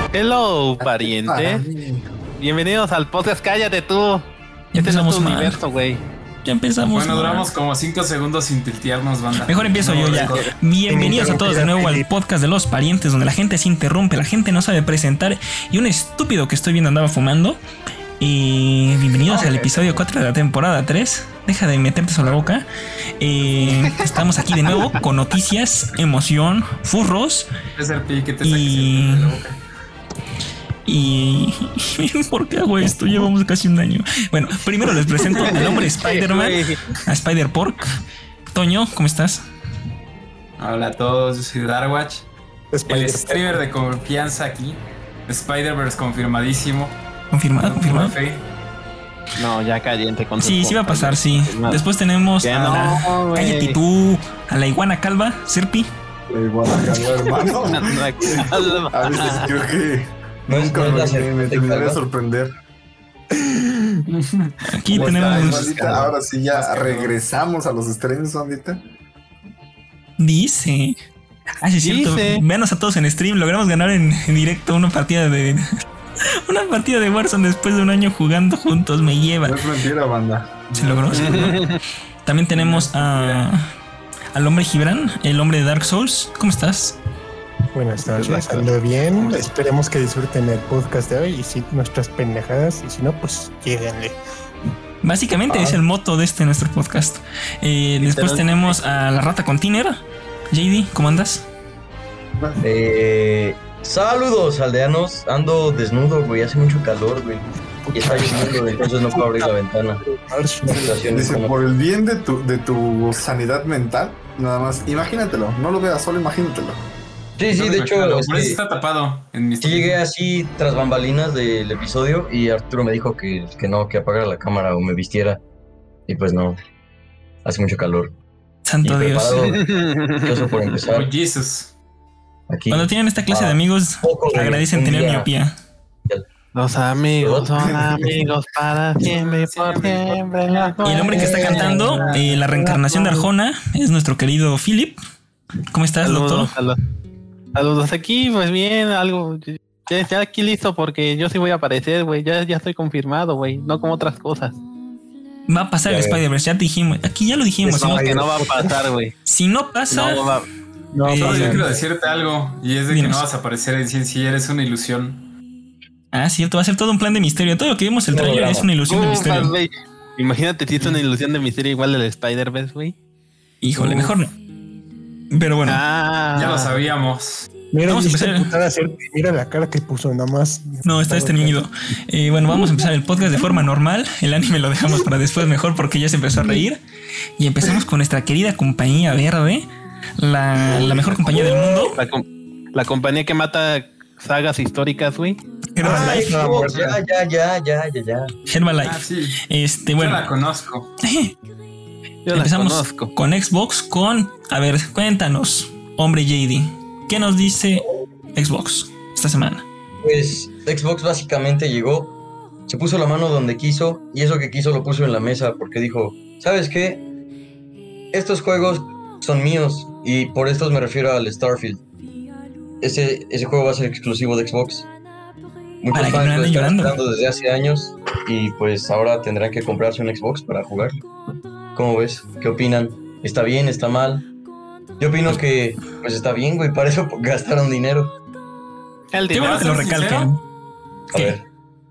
Hello, pariente. Bienvenidos al podcast. Cállate tú. Este no es tu universo, güey. Ya empezamos. Bueno, duramos como 5 segundos sin tiltearnos, banda. Mejor empiezo yo ya. Bienvenidos a todos de nuevo al podcast de los parientes, donde la gente se interrumpe, la gente no sabe presentar y un estúpido que estoy viendo andaba fumando. Y bienvenidos al episodio 4 de la temporada 3. Deja de meterte sobre la boca. Estamos aquí de nuevo con noticias, emoción, furros. Es el pi que te saques el de la boca. Y ¿por qué hago esto? Llevamos casi un año. Bueno, primero les presento al hombre Spider-Man, a Spider-Pork. Toño, ¿cómo estás? Hola a todos, yo soy Darkwatch, el streamer de confianza aquí. Spider-Verse confirmadísimo. Confirmado. No, ya caliente con Sí, sí va a pasar, sí. Después tenemos a la Cállate tú, a la iguana calva, Serpi. La iguana calva, hermano. A veces creo que nunca me terminé de sorprender. Aquí tenemos. Ahora sí ya regresamos a los streams, bandita. Dice. Ah, sí, es cierto. Véanos a todos en stream. Logramos ganar en directo una partida de Warzone después de un año jugando juntos. Me lleva. No es mentira, banda. Se logró. También tenemos al hombre Gibran, el hombre de Dark Souls. ¿Cómo estás? Buenas tardes, ando bien. Esperemos que disfruten el podcast de hoy y si nuestras pendejadas, y si no, pues lléguenle. Básicamente es el moto de nuestro podcast. Después tenemos a la rata con Tiner. JD, ¿cómo andas? Saludos, aldeanos. Ando desnudo, güey. Hace mucho calor, güey. Y está lloviendo, entonces no puedo abrir la ventana. Dice, por el bien de tu sanidad mental, nada más, imagínatelo. No lo veas, solo imagínatelo. Sí, de hecho, por eso está tapado en mi sí llegué así tras bambalinas del episodio y Arturo me dijo que apagara la cámara o me vistiera. Y pues no, hace mucho calor. Santo Dios. Ansioso por empezar. Oh, Jesus. Aquí. Cuando tienen esta clase de amigos, agradecen tener miopía. Los amigos son amigos para siempre, por siempre. Y el hombre que está cantando, la reencarnación de Arjona, es nuestro querido Philip. ¿Cómo estás, doctor? Saludos aquí, pues bien, algo. Ya aquí listo porque yo sí voy a aparecer, güey. Ya estoy confirmado, güey. No como otras cosas. Va a pasar el Spider-Verse, ya te dijimos. Aquí ya lo dijimos. No, que no va a pasar, güey. Si no pasa. No, yo quiero decirte algo. Y es de que no vas a aparecer en sí, eres una ilusión. Ah, cierto, va a ser todo un plan de misterio. Todo lo que vimos el trailer es una ilusión de misterio. Wey. Imagínate si es una ilusión de misterio igual del Spider-Verse, güey. Híjole, mejor no. Pero bueno. Ya lo sabíamos. Mira, vamos a empezar a hacer. Mira la cara que puso, nada más. No, está estreñido. Bueno, vamos a empezar el podcast de forma normal. El anime lo dejamos para después mejor porque ya se empezó a reír. Y empezamos con nuestra querida compañía verde. La mejor compañía del mundo. La compañía que mata sagas históricas, güey. Herbalife. Ya. Herbalife. Sí. Bueno. Yo la conozco. Empezamos con Xbox a ver, cuéntanos, hombre JD, ¿qué nos dice Xbox esta semana? Pues Xbox básicamente llegó, se puso la mano donde quiso y eso que quiso lo puso en la mesa porque dijo, ¿sabes qué? Estos juegos son míos y por estos me refiero al Starfield. Ese juego va a ser exclusivo de Xbox. Muchos fans lo están esperando desde hace años y pues ahora tendrán que comprarse un Xbox para jugar. ¿Cómo ves? ¿Qué opinan? ¿Está bien? ¿Está mal? Yo opino que pues está bien, güey, para eso gastaron dinero. Qué bueno que lo recalquen. A ver.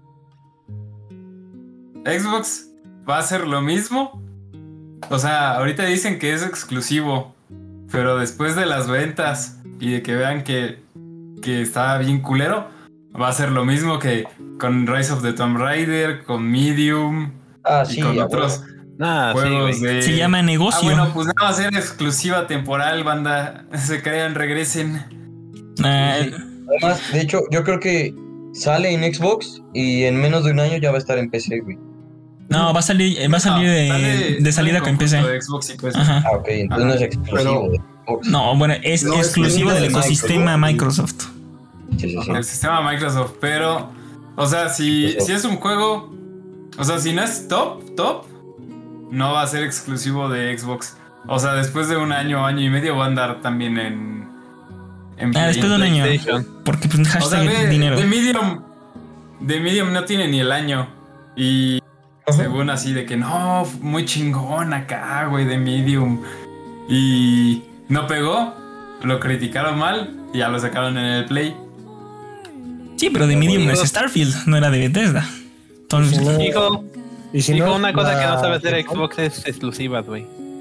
Xbox va a hacer lo mismo. O sea, ahorita dicen que es exclusivo, pero después de las ventas y de que vean que está bien culero, va a ser lo mismo que con Rise of the Tomb Raider, con Medium y con otros juegos se llama negocio. Bueno, pues nada, va a ser exclusiva temporal, banda. Se crean, regresen. Además, de hecho, yo creo que sale en Xbox y en menos de un año ya va a estar en PC, güey. No, va a salir de salida con PC. De Xbox y PC. Ajá. Ok, entonces no es exclusivo de Xbox. No, bueno, es exclusivo del ecosistema Microsoft. Sí. El sistema Microsoft, pero, o sea, si es un juego, o sea, si no es top, no va a ser exclusivo de Xbox. O sea, después de un año y medio va a andar también después de un año. Porque pues hashtag dinero. The Medium no tiene ni el año. Y según así de que no, muy chingón acá, güey, The Medium. Y no pegó, lo criticaron mal y ya lo sacaron en el Play. Sí, pero The Medium no es Starfield, no era de Bethesda. Entonces, dijo una cosa que no sabe hacer Xbox es exclusivas, güey.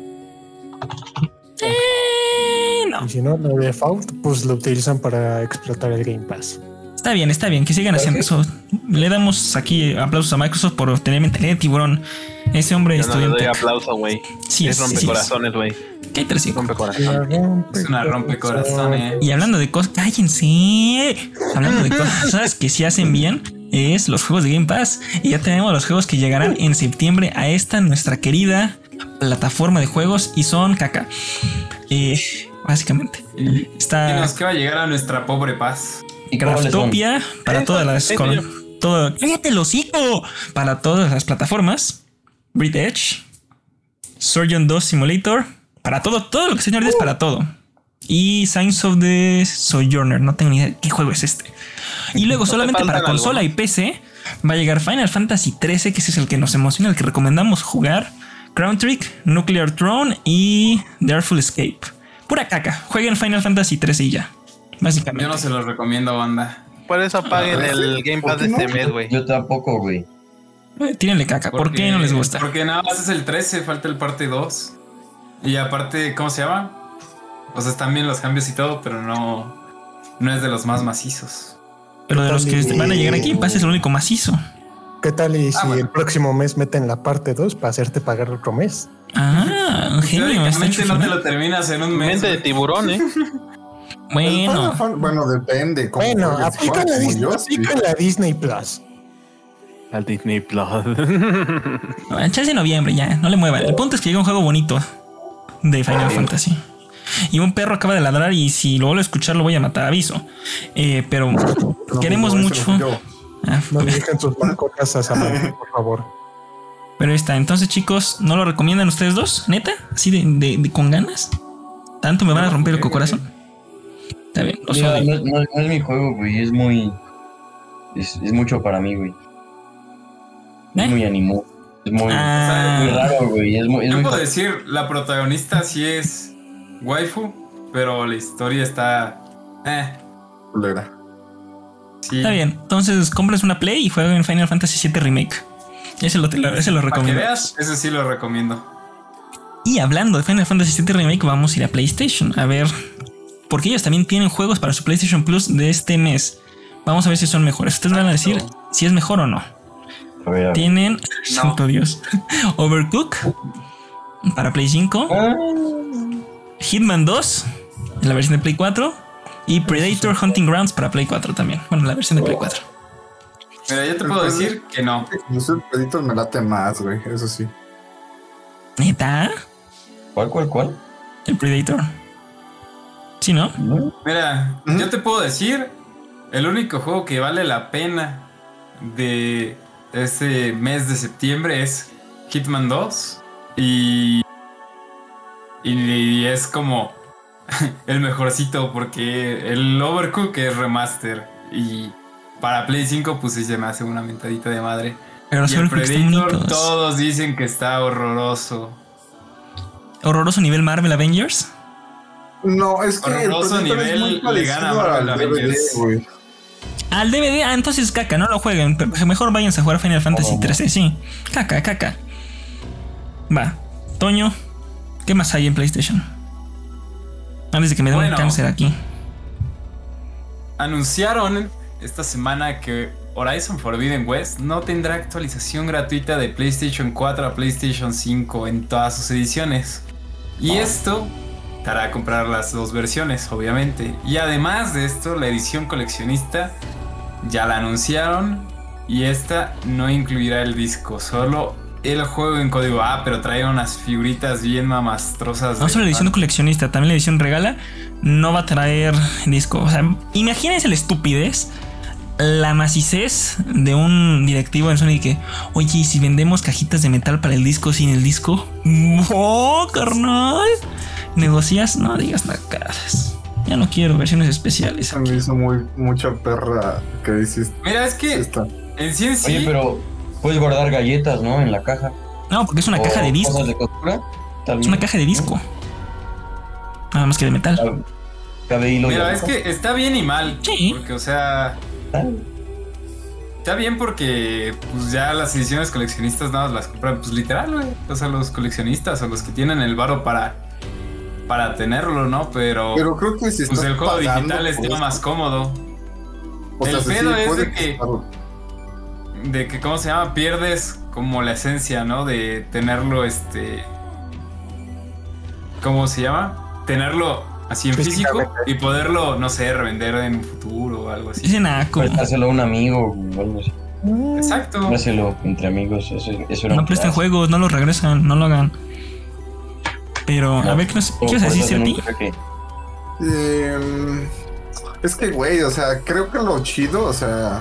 no. Y si no, lo de Fault, pues lo utilizan para explotar el Game Pass. Está bien, que sigan haciendo eso. Le damos aquí aplausos a Microsoft por tener mentalidad de tiburón. Ese hombre estudiante. No le doy aplauso, güey. Sí, es rompecorazones, güey. ¿Qué hay tres? Rompecorazones. Es una rompecorazones. Y hablando de cosas, cállense. Hablando de cosas que sí hacen bien, es los juegos de Game Pass. Y ya tenemos los juegos que llegarán en septiembre a esta nuestra querida plataforma de juegos y son caca. Básicamente. Dinos que va a llegar a nuestra pobre paz. Y Craftopia para todas las ¡cállate el hocico! Para todas las plataformas. Breed Edge, Surgeon 2 Simulator, para todo lo que se es para todo. Y Signs of the Sojourner, no tengo ni idea de qué juego es este. Y luego solamente para consola y PC va a llegar Final Fantasy 13, que ese es el que nos emociona, el que recomendamos jugar. Crown Trick, Nuclear Throne y The Artful Escape. Pura caca, jueguen Final Fantasy 13 y ya. Básicamente. Yo no se los recomiendo, banda. Por eso apaguen el Game Pass de este mes, güey. Yo tampoco, güey. Tírenle caca. ¿Por qué no les gusta? Porque nada más es el 13, falta el parte 2. Y aparte, ¿cómo se llama? O sea, están bien los cambios y todo, pero no es de los más macizos. Pero de los que van a llegar aquí, es el único macizo. ¿Qué tal y si el próximo mes meten la parte 2 para hacerte pagar otro mes? Un genio. No te lo terminas en un mes. Mente de tiburón, Bueno, depende. Bueno, aplica la Disney Plus. Al Disney Plus. Chance en noviembre ya, no le muevan. El punto es que llega un juego bonito de Final Fantasy. Y un perro acaba de ladrar y si lo vuelvo a escuchar lo voy a matar, aviso. Pero queremos mucho. No dejen sus mascotas a Samantha, por favor. Pero ahí está. Entonces, chicos, ¿no lo recomiendan ustedes dos? ¿Neta? ¿Así de con ganas? ¿Tanto me van a romper el corazón? Está bien. Mira, no es mi juego, güey. Es muy... Es mucho para mí, güey. Es muy animado. Es muy raro, güey. Yo puedo decir, la protagonista sí es waifu, pero la historia está... Sí. Está bien. Entonces, compras una Play y juega en Final Fantasy VII Remake. Ese lo recomiendo. Para que veas, ese sí lo recomiendo. Y hablando de Final Fantasy VII Remake, vamos a ir a PlayStation. A ver... Porque ellos también tienen juegos para su PlayStation Plus de este mes. Vamos a ver si son mejores. Ustedes van a decir si es mejor o no. A ver. Tienen, santo Dios, Overcooked para Play 5, Hitman 2 en la versión de Play 4 y Predator Hunting Grounds para Play 4 también. Bueno, la versión de Play 4. Mira, yo te puedo decir que no. El Predator me late más, güey, eso sí. ¿Neta? ¿Cuál? El Predator. ¿Sí, no? Mira, yo te puedo decir, el único juego que vale la pena de este mes de septiembre es Hitman 2 y es como el mejorcito porque el Overcooked es remaster y para Play 5 pues sí se me hace una mentadita de madre. Pero y el Predator todos dicen que está horroroso. ¿Horroroso nivel Marvel Avengers? No, es que horroroso nivel le gana a Marvel Avengers. DVD, al DVD, entonces caca, no lo jueguen. Mejor váyanse a jugar Final Fantasy 13, sí. Caca. Va, Toño, ¿qué más hay en PlayStation? Antes de que me dé un cáncer aquí. Anunciaron esta semana que Horizon Forbidden West no tendrá actualización gratuita de PlayStation 4 a PlayStation 5 en todas sus ediciones. Y esto te hará comprar las dos versiones, obviamente. Y además de esto, la edición coleccionista ya la anunciaron y esta no incluirá el disco, solo el juego en código. Pero trae unas figuritas bien mamastrosas. No solo la edición coleccionista, también la edición regala no va a traer disco. O sea, imagínense la estupidez, la macicez de un directivo en Sony que, oye, ¿y si vendemos cajitas de metal para el disco sin el disco? ¡Oh, carnal! ¿Negocias? No digas nacadas. Ya no quiero versiones especiales. Se me hizo mucha perra que dices. Mira, es que en sí. Oye, pero puedes guardar galletas, ¿no? En la caja. No, porque es una caja de disco. Cosas de costura. Es una caja de disco. Nada más que de metal. Mira, es que está bien y mal. Sí. Porque, o sea... Está bien porque pues ya las ediciones coleccionistas nada más las compran, pues literal, güey. O sea, los coleccionistas o los que tienen el varo para tenerlo, ¿no? Pero creo que si pues el juego digital está esto, más cómodo. O sea, el pedo sí, es de que, ¿cómo se llama? Pierdes como la esencia, ¿no? De tenerlo, ¿cómo se llama? Tenerlo así en físico y poderlo, no sé, revender en un futuro o algo así. Ese naco. Prestárselo a un amigo o algo así. Exacto. Dárselo entre amigos, eso era No presten juegos, no los regresan, no lo hagan. Pero, No, a ver, ¿qué quieres decir, Certi? Es que, güey, o sea, creo que lo chido, o sea,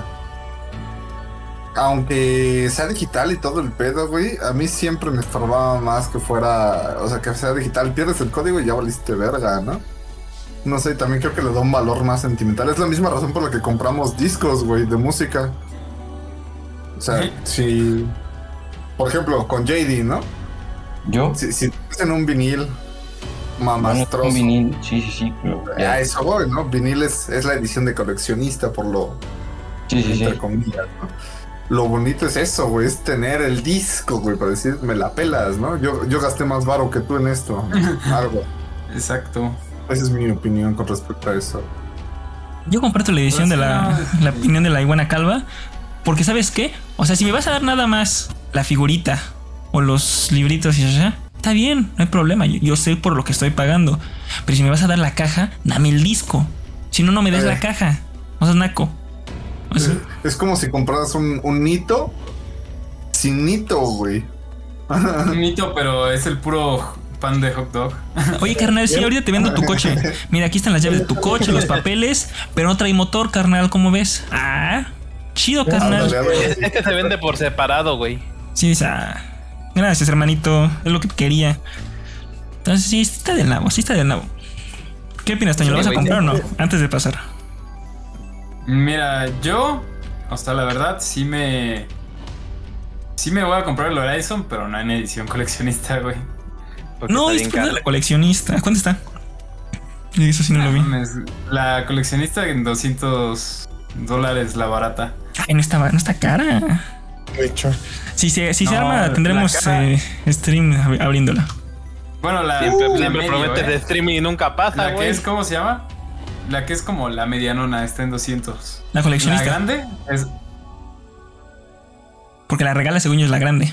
aunque sea digital y todo el pedo, güey, a mí siempre me estorbaba más que fuera, o sea, que sea digital. Pierdes el código y ya valiste verga, ¿no? No sé, también creo que le da un valor más sentimental. Es la misma razón por la que compramos discos, güey, de música. O sea, si... Por ejemplo, con JD, ¿no? ¿Yo? Si tienes en un vinil mamastroso. Un vinil, sí, pero... A eso voy, ¿no? Vinil es la edición de coleccionista, por lo... Sí. Entre comillas, ¿no? Lo bonito es eso, güey, es tener el disco, güey, para decir, me la pelas, ¿no? Yo gasté más varo que tú en esto, algo. Exacto. Esa es mi opinión con respecto a eso. Yo comparto la edición de la opinión de la iguana calva. Porque, ¿sabes qué? O sea, si me vas a dar nada más la figurita o los libritos y ya, está bien, no hay problema. Yo sé por lo que estoy pagando. Pero si me vas a dar la caja, dame el disco. Si no, no me des la caja. No seas naco. O sea, es como si compraras un Nito sin Nito, güey. Un Nito, pero es el puro pan de hot dog. Oye, carnal, sí, ahorita te vendo tu coche. Mira, aquí están las llaves de tu coche, los papeles, pero no trae motor, carnal, ¿cómo ves? Ah, chido, carnal. Es que se vende por separado, güey. Sí, gracias, hermanito, es lo que quería. Entonces, sí está del nabo, ¿Qué opinas, Toño? ¿Lo vas a comprar o no? Antes de pasar. Mira, yo, hasta la verdad, sí me voy a comprar el Horizon, pero no en edición coleccionista, güey. Porque No, es que la coleccionista. ¿Cuánto está? Eso sí no lo vi. La coleccionista en $200 la barata. Ay, no está cara. De hecho, Si se arma, tendremos stream abriéndola. Bueno, siempre prometes de streaming y nunca pasa, la güey. que es, ¿cómo se llama? La que es como la medianona, está en 200. La coleccionista. La grande es... Porque la regala, según yo, es la grande.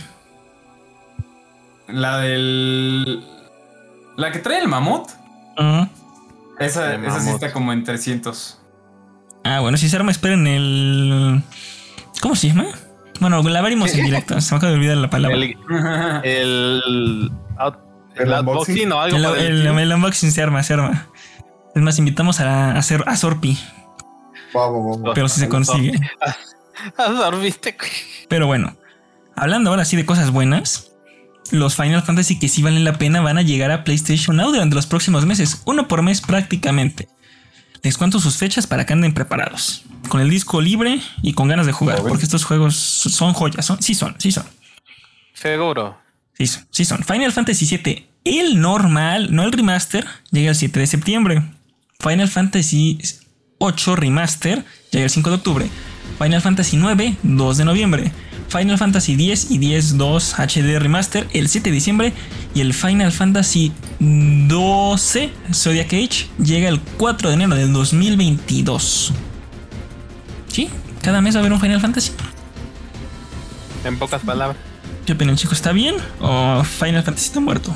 La del... La que trae el mamut. Uh-huh. Esa sí está como en 300. Ah, bueno, si se arma, esperen el... ¿Cómo se llama? Bueno, la veremos en directo. Se me acaba de olvidar la palabra. El unboxing o algo. El unboxing se arma. Es más, invitamos a Sorpi. Vamos. Pero si se consigue. Absorbiste. Pero bueno, hablando ahora sí de cosas buenas, los Final Fantasy que sí valen la pena van a llegar a PlayStation Now durante los próximos meses, uno por mes prácticamente. Les cuento sus fechas para que anden preparados, con el disco libre y con ganas de jugar, porque estos juegos son joyas, sí son. Seguro. Sí son. Final Fantasy VII, el normal, no el remaster, llega el 7 de septiembre. Final Fantasy VIII Remaster llega el 5 de octubre. Final Fantasy IX, 2 de noviembre. Final Fantasy X y X-2 HD Remaster el 7 de diciembre. Y el Final Fantasy XII Zodiac Age llega el 4 de enero del 2022. ¿Sí? Cada mes va a haber un Final Fantasy. En pocas palabras. ¿Qué opinan, chicos? ¿Está bien? ¿O Final Fantasy está muerto?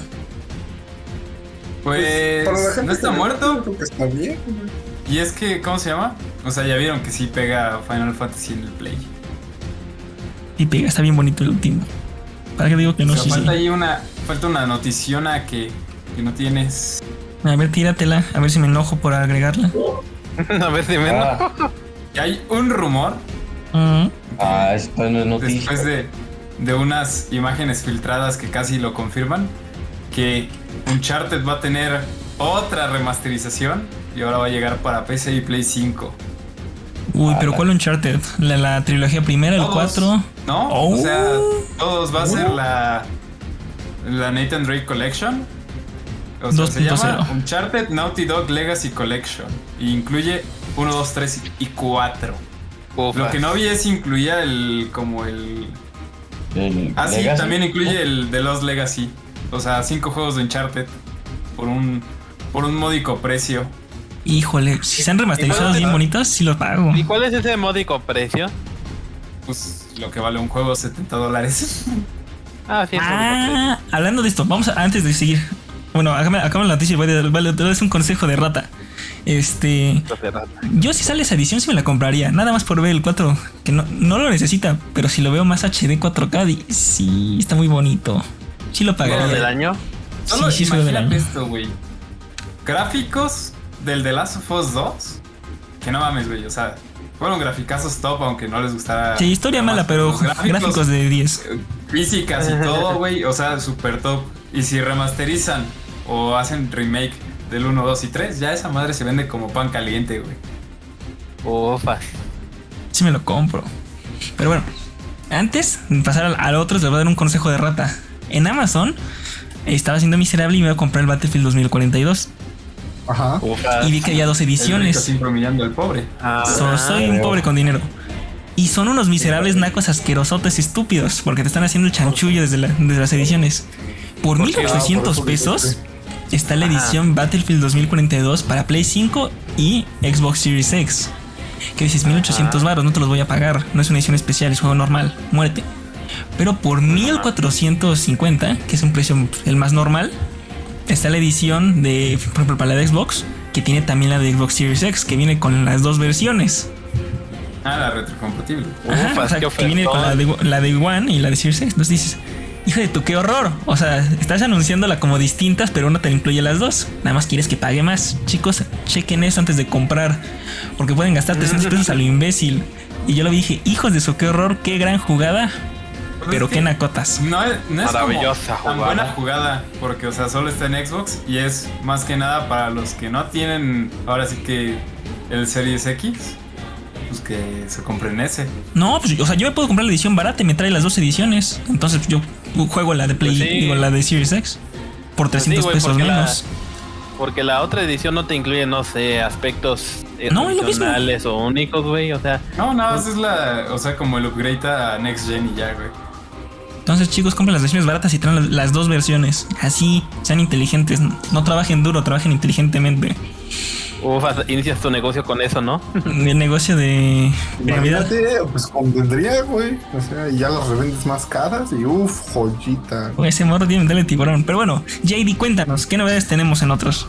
Pues no está muerto. Creo que está bien. Y es que, ¿cómo se llama? O sea, ya vieron que sí pega Final Fantasy en el Play. Y pega, está bien bonito el último. ¿Para qué digo que no? O sea, Sí. falta una noticiona que no tienes. A ver, tíratela, a ver si me enojo por agregarla. A ver si me enojo. Y hay un rumor. Esto no es noticia. Después de unas imágenes filtradas que casi lo confirman, que Uncharted va a tener otra remasterización y ahora va a llegar para PC y Play 5. Uy, pero ¿cuál Uncharted? ¿La trilogía primera, el 4? ¿No? Oh. O sea, todos va a ser la Nathan Drake Collection. O sea, se llama Uncharted Naughty Dog Legacy Collection. Y incluye 1, 2, 3 y 4. Lo que no vi es incluía el sí, Legacy. también incluye el de Lost Legacy. O sea, 5 juegos de Uncharted por un módico precio. Híjole, si están remasterizados bien bonitos, sí los pago. ¿Y cuál es ese módico precio? Pues lo que vale un juego, $70. Ah, sí, Hablando de esto, antes de seguir. Bueno, acabamos la noticia y voy a darles un consejo de rata. Yo si sale esa edición sí me la compraría. Nada más por ver el 4, que no lo necesita. Pero si lo veo más HD 4K, sí, está muy bonito. Sí lo pagaría. ¿Juego del año? Solo sí, juego del año. Esto, güey. Gráficos del The Last of Us 2. Que no mames, güey. O sea, fueron graficazos top, aunque no les gustara. Sí, historia mala, pero gráficos de 10. Físicas y todo, güey. O sea, super top. Y si remasterizan o hacen remake del 1, 2 y 3, ya esa madre se vende como pan caliente, güey. Ufa. Sí me lo compro. Pero bueno, antes de pasar al otro, les voy a dar un consejo de rata. En Amazon estaba siendo miserable y me iba a comprar el Battlefield 2042. Ajá. Y vi que había 2 ediciones. Siempre humillando al pobre. Soy un pobre con dinero. Y son unos miserables nacos asquerosotes estúpidos, porque te están haciendo el chanchullo desde las ediciones. Por 1,800 pesos está la edición Battlefield 2042 para Play 5 y Xbox Series X. Que dices, 1,800 varos, no te los voy a pagar. No es una edición especial, es juego normal, muérete. Pero por 1,450, que es un precio el más normal, está la edición de, por ejemplo, para la de Xbox, que tiene también la de Xbox Series X, que viene con las 2 versiones. La retrocompatible. Ajá, o sea, que viene con la de One y la de Series X. Entonces dices, hijo de tu, qué horror. O sea, estás anunciándola como distintas, pero una te incluye las 2. Nada más quieres que pague más. Chicos, chequen eso antes de comprar, porque pueden gastar 300 pesos a lo imbécil. Y yo lo dije, hijos de su, qué horror, qué gran jugada. Pero qué nacotas. No es maravillosa como tan buena jugada, porque, o sea, solo está en Xbox y es más que nada para los que no tienen, ahora sí que el Series X, pues que se compren ese. No, pues, o sea, yo me puedo comprar la edición barata y me trae las 2 ediciones. Entonces yo juego la de Play, pues sí. Digo, la de Series X por 300 pesos menos. Porque la otra edición no te incluye, no sé, aspectos adicionales o únicos, güey, o sea. No, es o sea, como el upgrade a Next Gen y ya, güey. Entonces, chicos, compren las versiones baratas y traen las 2 versiones. Así, sean inteligentes. No trabajen duro, trabajen inteligentemente. Inicias tu negocio con eso, ¿no? El negocio de Navidad. Pues convendría, güey. O sea, y ya las revendes más caras y joyita. Ese morro tiene mental de tiburón. Pero bueno, JD, cuéntanos, ¿qué novedades tenemos en otros?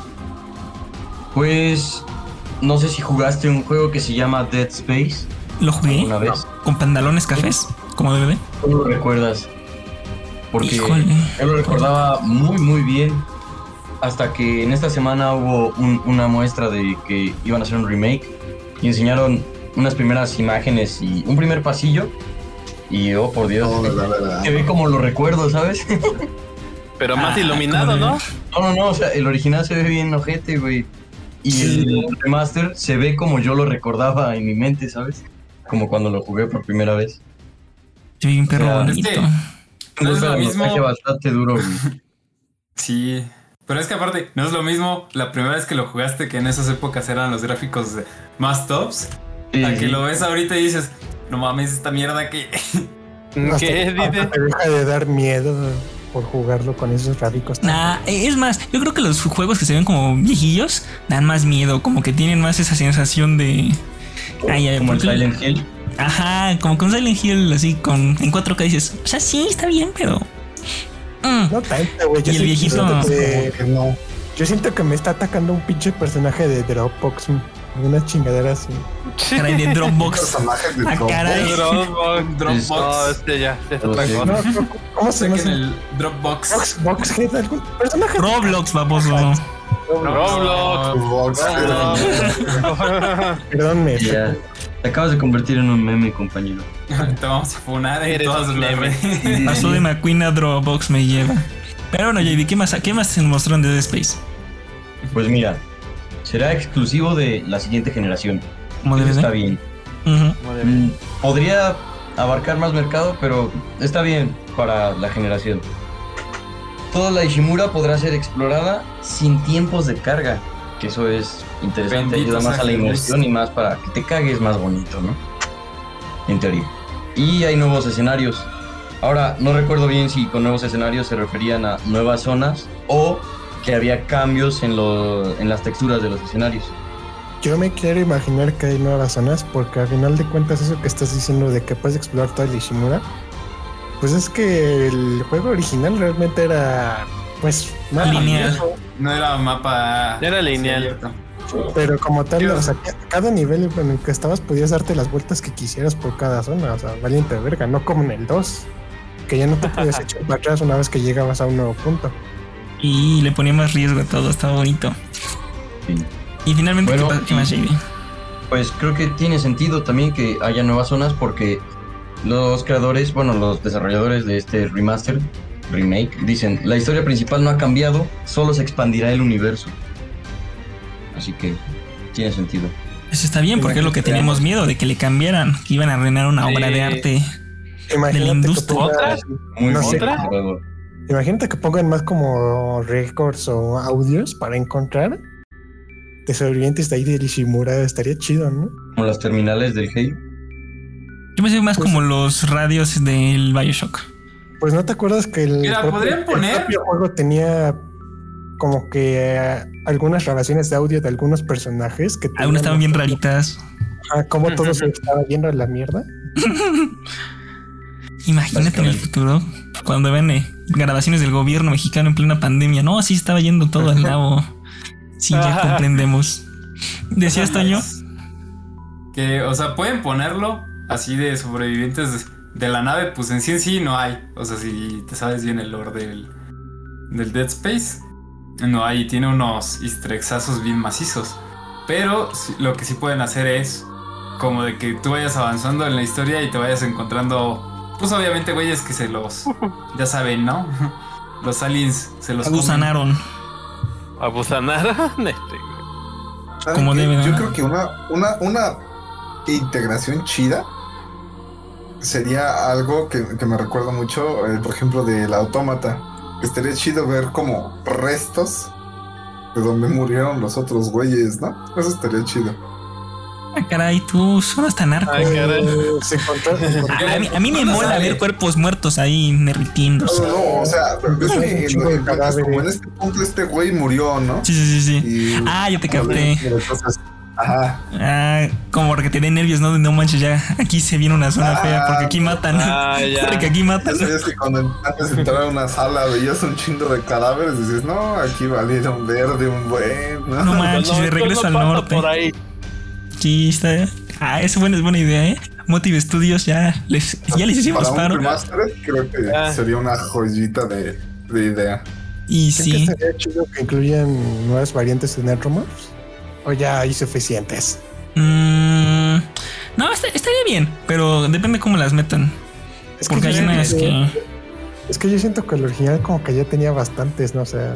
Pues no sé si jugaste un juego que se llama Dead Space. Lo jugué una vez. Con pantalones cafés, como DVD. ¿Cómo lo recuerdas? Porque Híjole. yo lo recordaba muy muy bien. Hasta que en esta semana hubo una muestra de que iban a hacer un remake y enseñaron unas primeras imágenes y un primer pasillo. Y oh, por Dios, se ve como lo recuerdo, ¿sabes? Pero más iluminado, ¿no? No, o sea, el original se ve bien ojete, güey. Y el remaster se ve como yo lo recordaba en mi mente, ¿sabes? Como cuando lo jugué por primera vez. Se ve un perro bonito. No es lo mismo. Bastante duro, güey. Sí. Pero es que aparte, no es lo mismo la primera vez que lo jugaste, que en esas épocas eran los gráficos más tops, a que lo ves ahorita y dices, no mames, esta mierda que... ¿Qué dice? Te deja de dar miedo por jugarlo con esos gráficos. Es más, yo creo que los juegos que se ven como viejillos dan más miedo, como que tienen más esa sensación de... como el Silent Hill. Ajá, como con Silent Hill, así en 4K dices, o sea, sí, está bien, pero... No tanto, güey. Y el viejito... No. Yo siento que me está atacando un pinche personaje de Dropbox. Una chingadera así. Caray, de Dropbox. Personajes de Ah, caray. Dropbox. No, ya es otra cosa. No, ¿cómo se llama? el Dropbox. Boxhead, algún personaje. Roblox, baboso. Roblox. Perdón, Ya. Te acabas de convertir en un meme, compañero. Te vamos a funar en Eres todas un las meme. redes. Pasó de McQueen a Dropbox, me lleva. Pero bueno, JD, ¿qué más se mostró en Dead Space? Pues mira, será exclusivo de la siguiente generación. Como Eso debe está ser. bien. Ujú. Podría abarcar más mercado, pero está bien para la generación. Toda la Ishimura podrá ser explorada sin tiempos de carga, que eso es interesante, Bendito ayuda más sea a la Jesús. inmersión y más para que te cagues más bonito, ¿no? En teoría. Y hay nuevos escenarios. Ahora, no recuerdo bien si con nuevos escenarios se referían a nuevas zonas o que había cambios en las texturas de los escenarios. Yo me quiero imaginar que hay nuevas zonas, porque al final de cuentas eso que estás diciendo de que puedes explorar toda la Ishimura, pues es que el juego original realmente era pues más Lineal. No era mapa. Era lineal. abierto. pero como tal, Dios. o sea, cada nivel en el que estabas podías darte las vueltas que quisieras por cada zona, o sea, valiente verga, no como en el 2, que ya no te podías echar para atrás una vez que llegabas a un nuevo punto. Y le ponía más riesgo a todo, estaba bonito. Sí. Y finalmente, Bueno, ¿qué más, JB? Pues creo que tiene sentido también que haya nuevas zonas porque los creadores, bueno, los desarrolladores de este remake, dicen, la historia principal no ha cambiado, solo se expandirá el universo. Así que tiene sentido. Eso está bien, porque es lo que teníamos miedo, de que le cambiaran, que iban a arruinar una obra de arte. Imagínate la industria. que pongan- Muy No bien, sé. conservador. Imagínate que pongan más como récords o audios para encontrar de sobrevivientes de ahí de Ishimura, estaría chido, ¿no? Como las terminales del Halo. Yo pensé más Pues- como los radios del Bioshock. Pues no te acuerdas que Mira, podrían poner- el propio juego tenía como que algunas grabaciones de audio de algunos personajes que Algunas estaban bien raritas. Como todo se estaba yendo a la mierda. Imagínate en el futuro, cuando ven grabaciones del gobierno mexicano en plena pandemia. No, así estaba yendo todo al nabo. Sí, ya comprendemos. ¿Decías, Toño? Que, o sea, pueden ponerlo así de sobrevivientes de la nave, pues en sí no hay. O sea, si te sabes bien el lore del Dead Space, no hay, tiene unos easter eggsazos bien macizos. Pero lo que sí pueden hacer es como de que tú vayas avanzando en la historia y te vayas encontrando, pues obviamente güeyes que se los, ya saben, ¿no? Los aliens se los comen. Abusanaron. Abusanaron. ¿Saben Como qué? deben, Yo ¿no? creo que una integración chida sería algo que me recuerda mucho, por ejemplo, del Autómata. Estaría chido ver como restos de donde murieron los otros güeyes, ¿no? Eso estaría chido. Ah, caray, tú sonas tan narco. Ay, caray. Se encontró- A mí me mola sale. ver cuerpos muertos ahí derritiéndose. No, o sea, es que un chingo de cadáveres. como en este punto este güey murió, ¿no? Sí. Y- Ah, yo te capté. Entonces, ajá. Ah, como porque te dé nervios, ¿no? No manches, ya aquí se viene una zona fea, porque aquí matan. Ah, ya. Porque aquí matan. Ya sabías que cuando antes de entrar a una sala veías un chingo de cadáveres, dices, no, aquí valieron verde un buen, ¿no? No manches, de regreso yo al no paso norte. por ahí. Sí, está. Ah, es buena idea, ¿eh? Motive Studios ya les hicimos Para un paro. remaster creo que Ah. sería una joyita de idea. Y ¿Creen que sí, estaría chido que incluyan nuevas variantes de Necromorphs? ¿O ya hay suficientes? no, estaría bien, pero depende cómo las metan. Es Porque hay yo unas siento que. Es que yo siento que el original como que ya tenía bastantes, ¿no? O sea,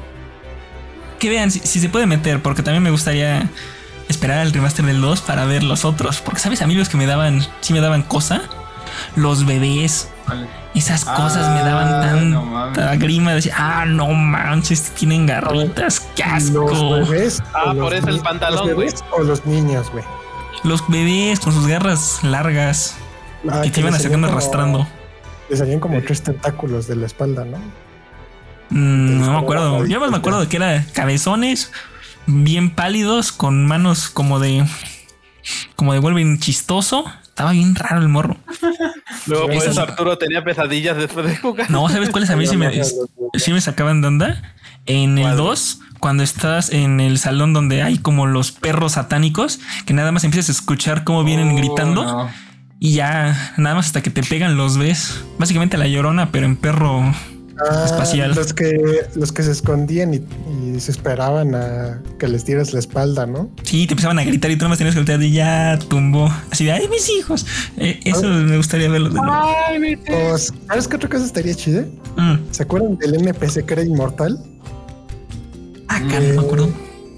Que vean si se puede meter, porque también me gustaría esperar al remaster del 2 para ver los otros. Porque, ¿sabes? A mí los que me daban cosa, los bebés. Vale. Esas cosas me daban no tanta mames. grima. Decir, no manches, tienen garritas, qué asco. los bebés. Ah, o los por eso el ni- pantalón, los bebés o los niños, güey. Los bebés con sus garras largas Ah, que te iban les acercando salían arrastrando. Le salían como 3 tentáculos de la espalda, ¿no? No me acuerdo. Yo más me acuerdo de que eran cabezones, bien pálidos, con manos como de Wolverine chistoso. Estaba bien raro el morro. Luego por Esas- eso Arturo tenía pesadillas después de jugar. No, ¿sabes cuáles a mí sí me sacaban de onda? En el ¿Cuál? 2, cuando estás en el salón donde hay como los perros satánicos, que nada más empiezas a escuchar cómo vienen gritando No. y ya nada más hasta que te pegan los ves. Básicamente la Llorona, pero en perro. Espacial. Los que se escondían y se esperaban a que les dieras la espalda, ¿no? Sí, te empezaban a gritar y tú nada más tenías que voltear y ya tumbó. Así de, ¡ay, mis hijos! Eso me gustaría verlo de nuevo. O, ¿sabes qué otra cosa estaría chida? Mm. ¿Se acuerdan del NPC que era inmortal? Ah, cara, no me acuerdo.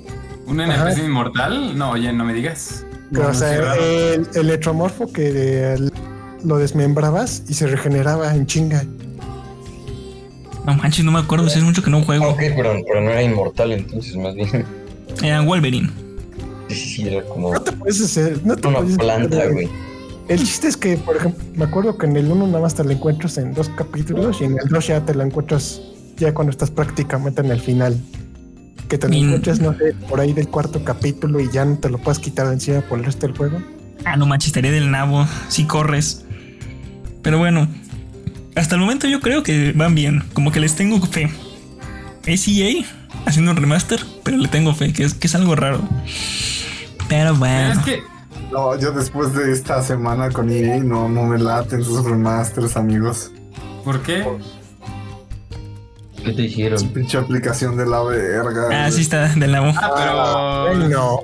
¿Un NPC inmortal? No, oye, no me digas. O sea, el electromorfo que lo desmembrabas y se regeneraba en chinga. No manches, no me acuerdo, es mucho que no juego. Ok, pero no era inmortal entonces, más bien. Era Wolverine. Sí, era como No te puedes hacer. No te una puedes planta, hacer, güey. El chiste es que, por ejemplo, me acuerdo que en el 1 nada más te lo encuentras en 2 capítulos y en el 2 ya te lo encuentras ya cuando estás prácticamente en el final. Que te lo encuentres, no sé, por ahí del 4º capítulo y ya no te lo puedes quitar de encima por el resto del juego. Ah, no manches, estaría del nabo si corres. Pero bueno, hasta el momento yo creo que van bien. Como que les tengo fe. Es EA haciendo un remaster, pero le tengo fe, que es algo raro. Pero bueno. Es que No, yo después de esta semana con EA no me laten sus remasters, amigos. ¿por qué? ¿Qué te Su hicieron? pinche aplicación de la verga. Ah, güey. sí está, del nabo. Pero No.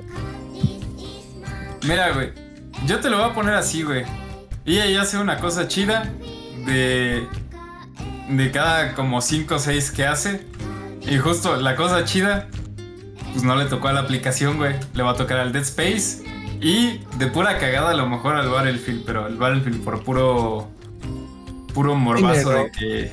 mira, güey, yo te lo voy a poner así, güey. EA hace una cosa chida de cada como 5 o 6 que hace. Y justo la cosa chida, pues no le tocó a la aplicación, güey. Le va a tocar al Dead Space. Y de pura cagada a lo mejor al Battlefield. Pero al Battlefield por puro morbazo de que...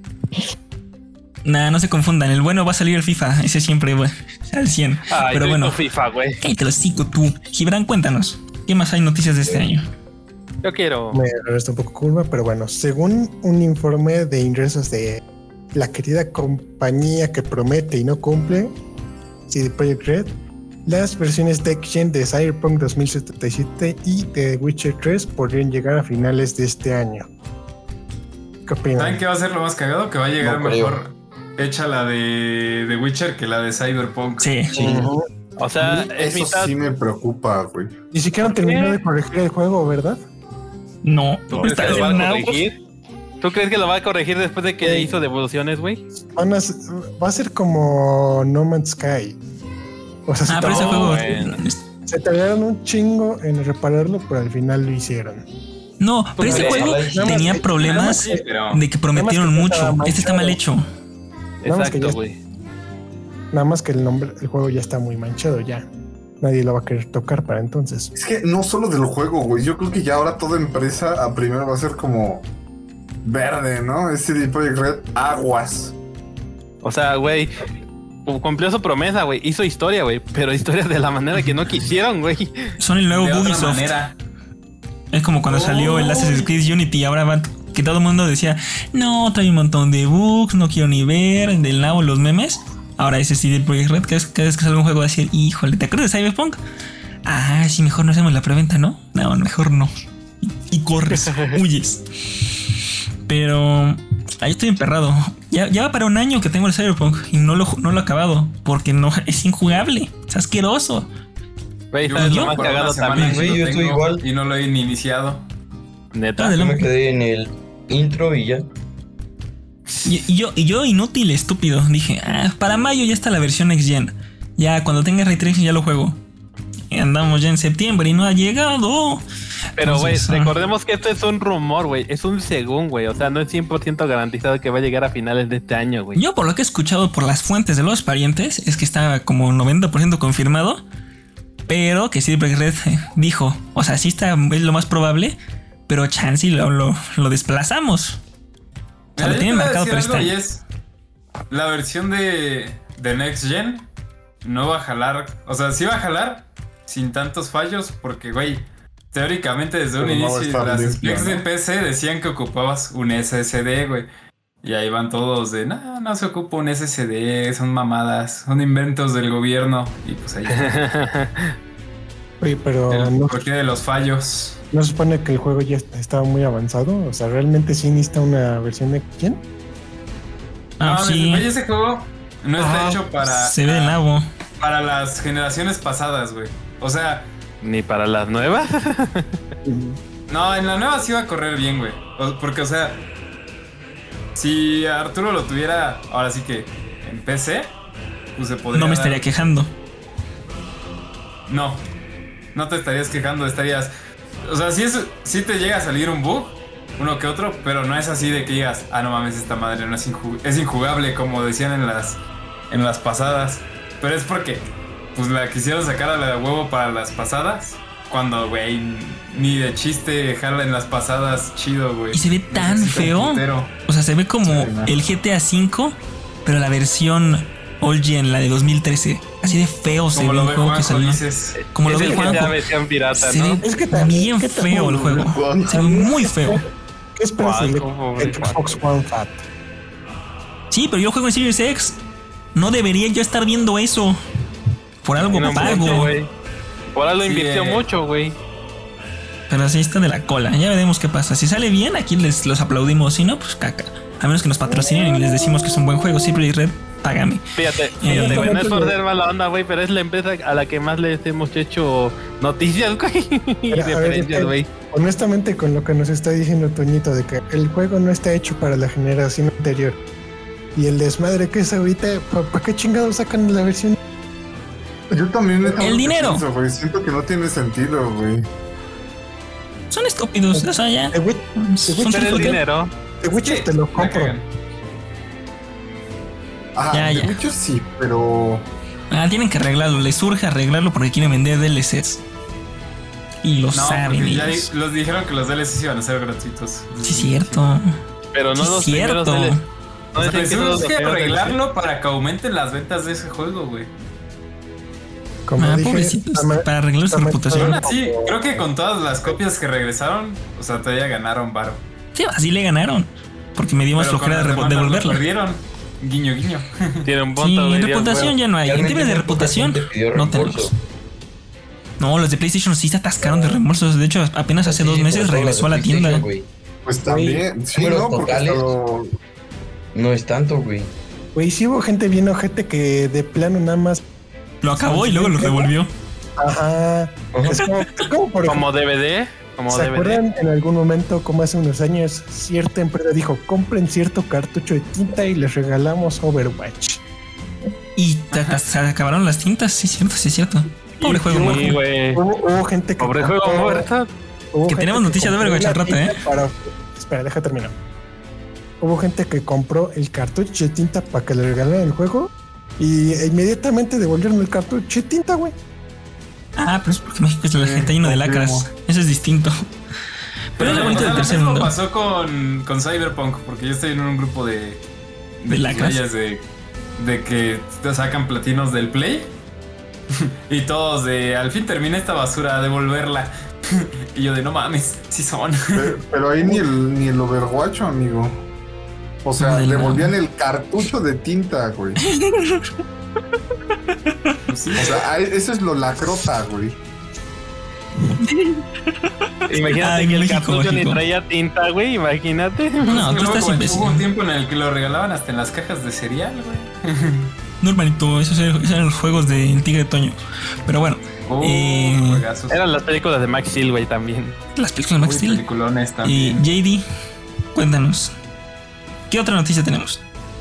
Nah, no se confundan. El bueno va a salir el FIFA. Ese siempre, güey, al 100. Ay, Pero bueno, FIFA, güey. cállate los hocico tú. Gibran, cuéntanos. ¿Qué más hay noticias de este año? Yo quiero. Me resta un poco curva, pero bueno, según un informe de ingresos de la querida compañía que promete y no cumple, CD Projekt Red, las versiones Next Gen de Cyberpunk 2077 y de The Witcher 3 podrían llegar a finales de este año. ¿Qué opinan? ¿Saben qué va a ser lo más cagado? Que va a llegar No creo. mejor hecha la de The Witcher que la de Cyberpunk. Sí. Ujú. O sea, es Eso mitad. sí me preocupa, güey. Ni siquiera han terminado de corregir el juego, ¿verdad? No, ¿Tú crees está que lo va del a nabo. corregir? ¿Tú crees que lo va a corregir después de que hizo devoluciones, güey? Va a ser como No Man's Sky. O sea, Ah, pero ese juego. bueno. se tardaron un chingo en repararlo, pero al final lo hicieron. No, pero ese Pues, juego nada más tenía que- problemas Sí, pero... de que prometieron nada más que mucho. estaba Este está mal hecho. Nada más que Exacto, ya- güey. Nada más que el juego ya está muy manchado ya. Nadie lo va a querer tocar para entonces. Es que no solo del juego, güey. Yo creo que ya ahora toda empresa a primero va a ser como verde, ¿no? Es CD Projekt Red, aguas. O sea, güey, cumplió su promesa, güey. Hizo historia, güey. Pero historia de la manera que no quisieron, güey. Son el nuevo de otra Ubisoft. manera. Es como cuando salió el Assassin's Creed Unity. Ahora van, que todo el mundo decía, no, trae un montón de bugs, no quiero ni ver, del nabo los memes. Ahora ese CD Projekt Red, cada vez que sale un juego va a decir, híjole, ¿te acuerdas de Cyberpunk? Ah, sí, mejor no hacemos la preventa, ¿no? No, mejor no. Y corres, huyes. Pero ahí estoy emperrado. Ya va para un año que tengo el Cyberpunk y no lo he acabado porque no es injugable, es asqueroso. Güey, Yo ¿sabes yo lo más por una cagado semana también, que güey, lo yo estoy tengo igual. Y no lo he ni iniciado. Neta. Ah, Yo me quedé en el intro y ya. Y yo inútil, estúpido, dije, para mayo ya está la versión Next Gen. Ya cuando tenga Ray Tracing ya lo juego. Y andamos ya en septiembre y no ha llegado. Pero, güey, Entonces, recordemos que esto es un rumor, güey. Es un según, güey. O sea, no es 100% garantizado que va a llegar a finales de este año, güey. Yo por lo que he escuchado por las fuentes de los parientes es que está como 90% confirmado. Pero que CD Projekt Red dijo, o sea, sí está, es lo más probable, pero chance y lo desplazamos. O sea, Mira, lo yo tienen te voy a marcado decir para algo, este y año. es la versión de Next Gen no va a jalar. O sea, sí va a jalar sin tantos fallos porque, güey, teóricamente desde un Pero no va a inicio estar las limpio, specs de ¿no? PC decían que ocupabas un SSD, güey. Y ahí van todos de, no se ocupa un SSD, son mamadas, son inventos del gobierno. Y pues ahí Oye, pero el no, porqué de los fallos. no se supone que el juego ya estaba muy avanzado. O sea, ¿realmente sí necesita una versión de quién? Ah, No, sí, güey, ese juego no está Ajá, hecho se ve de nabo. para las generaciones pasadas, güey. O sea, Ni para las nuevas. no, en la nueva sí va a correr bien, güey. Porque, o sea, si Arturo lo tuviera ahora sí que en PC, pues se podría. No me dar- estaría quejando. No te estarías quejando, estarías. O sea, sí te llega a salir un bug, uno que otro, pero no es así de que digas, no mames, esta madre no es injugable, como decían en las pasadas. Pero es porque pues la quisieron sacar a la huevo para las pasadas. Cuando, güey, ni de chiste jala en las pasadas chido, güey. Y se ve tan feo. O sea, se ve como el GTA V, pero la versión Old Gen, la de 2013. Así de feo se ve el juego que salió. Como lo ve Juanjo. Se ve bien feo el juego. Se ve muy feo. ¿Qué esperas del Xbox One Fat? Sí, pero yo juego en Series X. No debería yo estar viendo eso. Por algo pago. Por algo invirtió mucho, güey. Pero así está de la cola. Ya veremos qué pasa. Si sale bien, aquí los aplaudimos. Si no, pues caca. A menos que nos patrocinen y les decimos que es un buen juego. Siempre y Red, págame. Fíjate, güey. No es por ser mala onda, güey, pero es la empresa a la que más les hemos hecho noticias, güey. Y referencias, güey. Honestamente, con lo que nos está diciendo Toñito, de que el juego no está hecho para la generación anterior. Y el desmadre que es ahorita, ¿para qué chingados sacan la versión? Yo también el dinero. Pienso, siento que no tiene sentido, güey. Son estúpidos, o sea, ya. El dinero. The Witcher te lo compro. Ajá, The Witcher sí, pero... tienen que arreglarlo, les surge arreglarlo porque quieren vender DLCs. Y lo saben ellos. Ya los dijeron que los DLCs iban a ser gratuitos. Sí, cierto. Pero no los primeros DLCs. O sea, tenemos que arreglarlo para que aumenten las ventas de ese juego, güey. Pobrecitos, para arreglar su reputación. Sí, creo que con todas las copias que regresaron, o sea, todavía ganaron varo. Sí, así le ganaron. Porque me dio más flojera de devolverlo. Perdieron. Guiño, guiño. Tienen punto, sí, reputación ya no hay. En términos de reputación, no tenemos. No, los de PlayStation sí se atascaron de reembolsos. De hecho, apenas hace 2 meses regresó a la tienda. Pues también, sí, no, totales, no es tanto, güey. Güey, sí hubo gente bien ojete que de plano nada más lo acabó y luego lo revolvió. Ajá. Es como DVD. ¿Se acuerdan en algún momento, como hace unos años, cierta empresa dijo, compren cierto cartucho de tinta y les regalamos Overwatch? Y se acabaron las tintas, sí, cierto. Pobre juego muerto. Hubo gente que... Pobre juego muerto. Que tenemos noticias de Overwatch al rato, Espera, deja terminar. Hubo gente que compró el cartucho de tinta para que le regalaran el juego y inmediatamente devolvieron el cartucho de tinta, güey. Pero es porque México es la gente llena de lacras. Eso es distinto. Pero es lo bonito del tercer mundo. Pasó con Cyberpunk, porque yo estoy en un grupo de lacras. De que te sacan platinos del Play y todos de al fin termina esta basura, a devolverla. Y yo de no mames, sí son. Pero ahí ni el Overwatch, amigo. O sea, devolvían el cartucho de tinta, güey. Sí. O sea, eso es lo lacrota, güey. Imagínate que el cartucho ni traía tinta, güey. Imagínate. No, tú estás imbécil. Hubo un tiempo en el que lo regalaban hasta en las cajas de cereal, güey. Normalito, esos eran los juegos de El Tigre Toño. Pero bueno. Eran las películas de Max Steel, güey, también. Las películas de Max Steel. Peliculones también. Y JD, cuéntanos. ¿Qué otra noticia tenemos?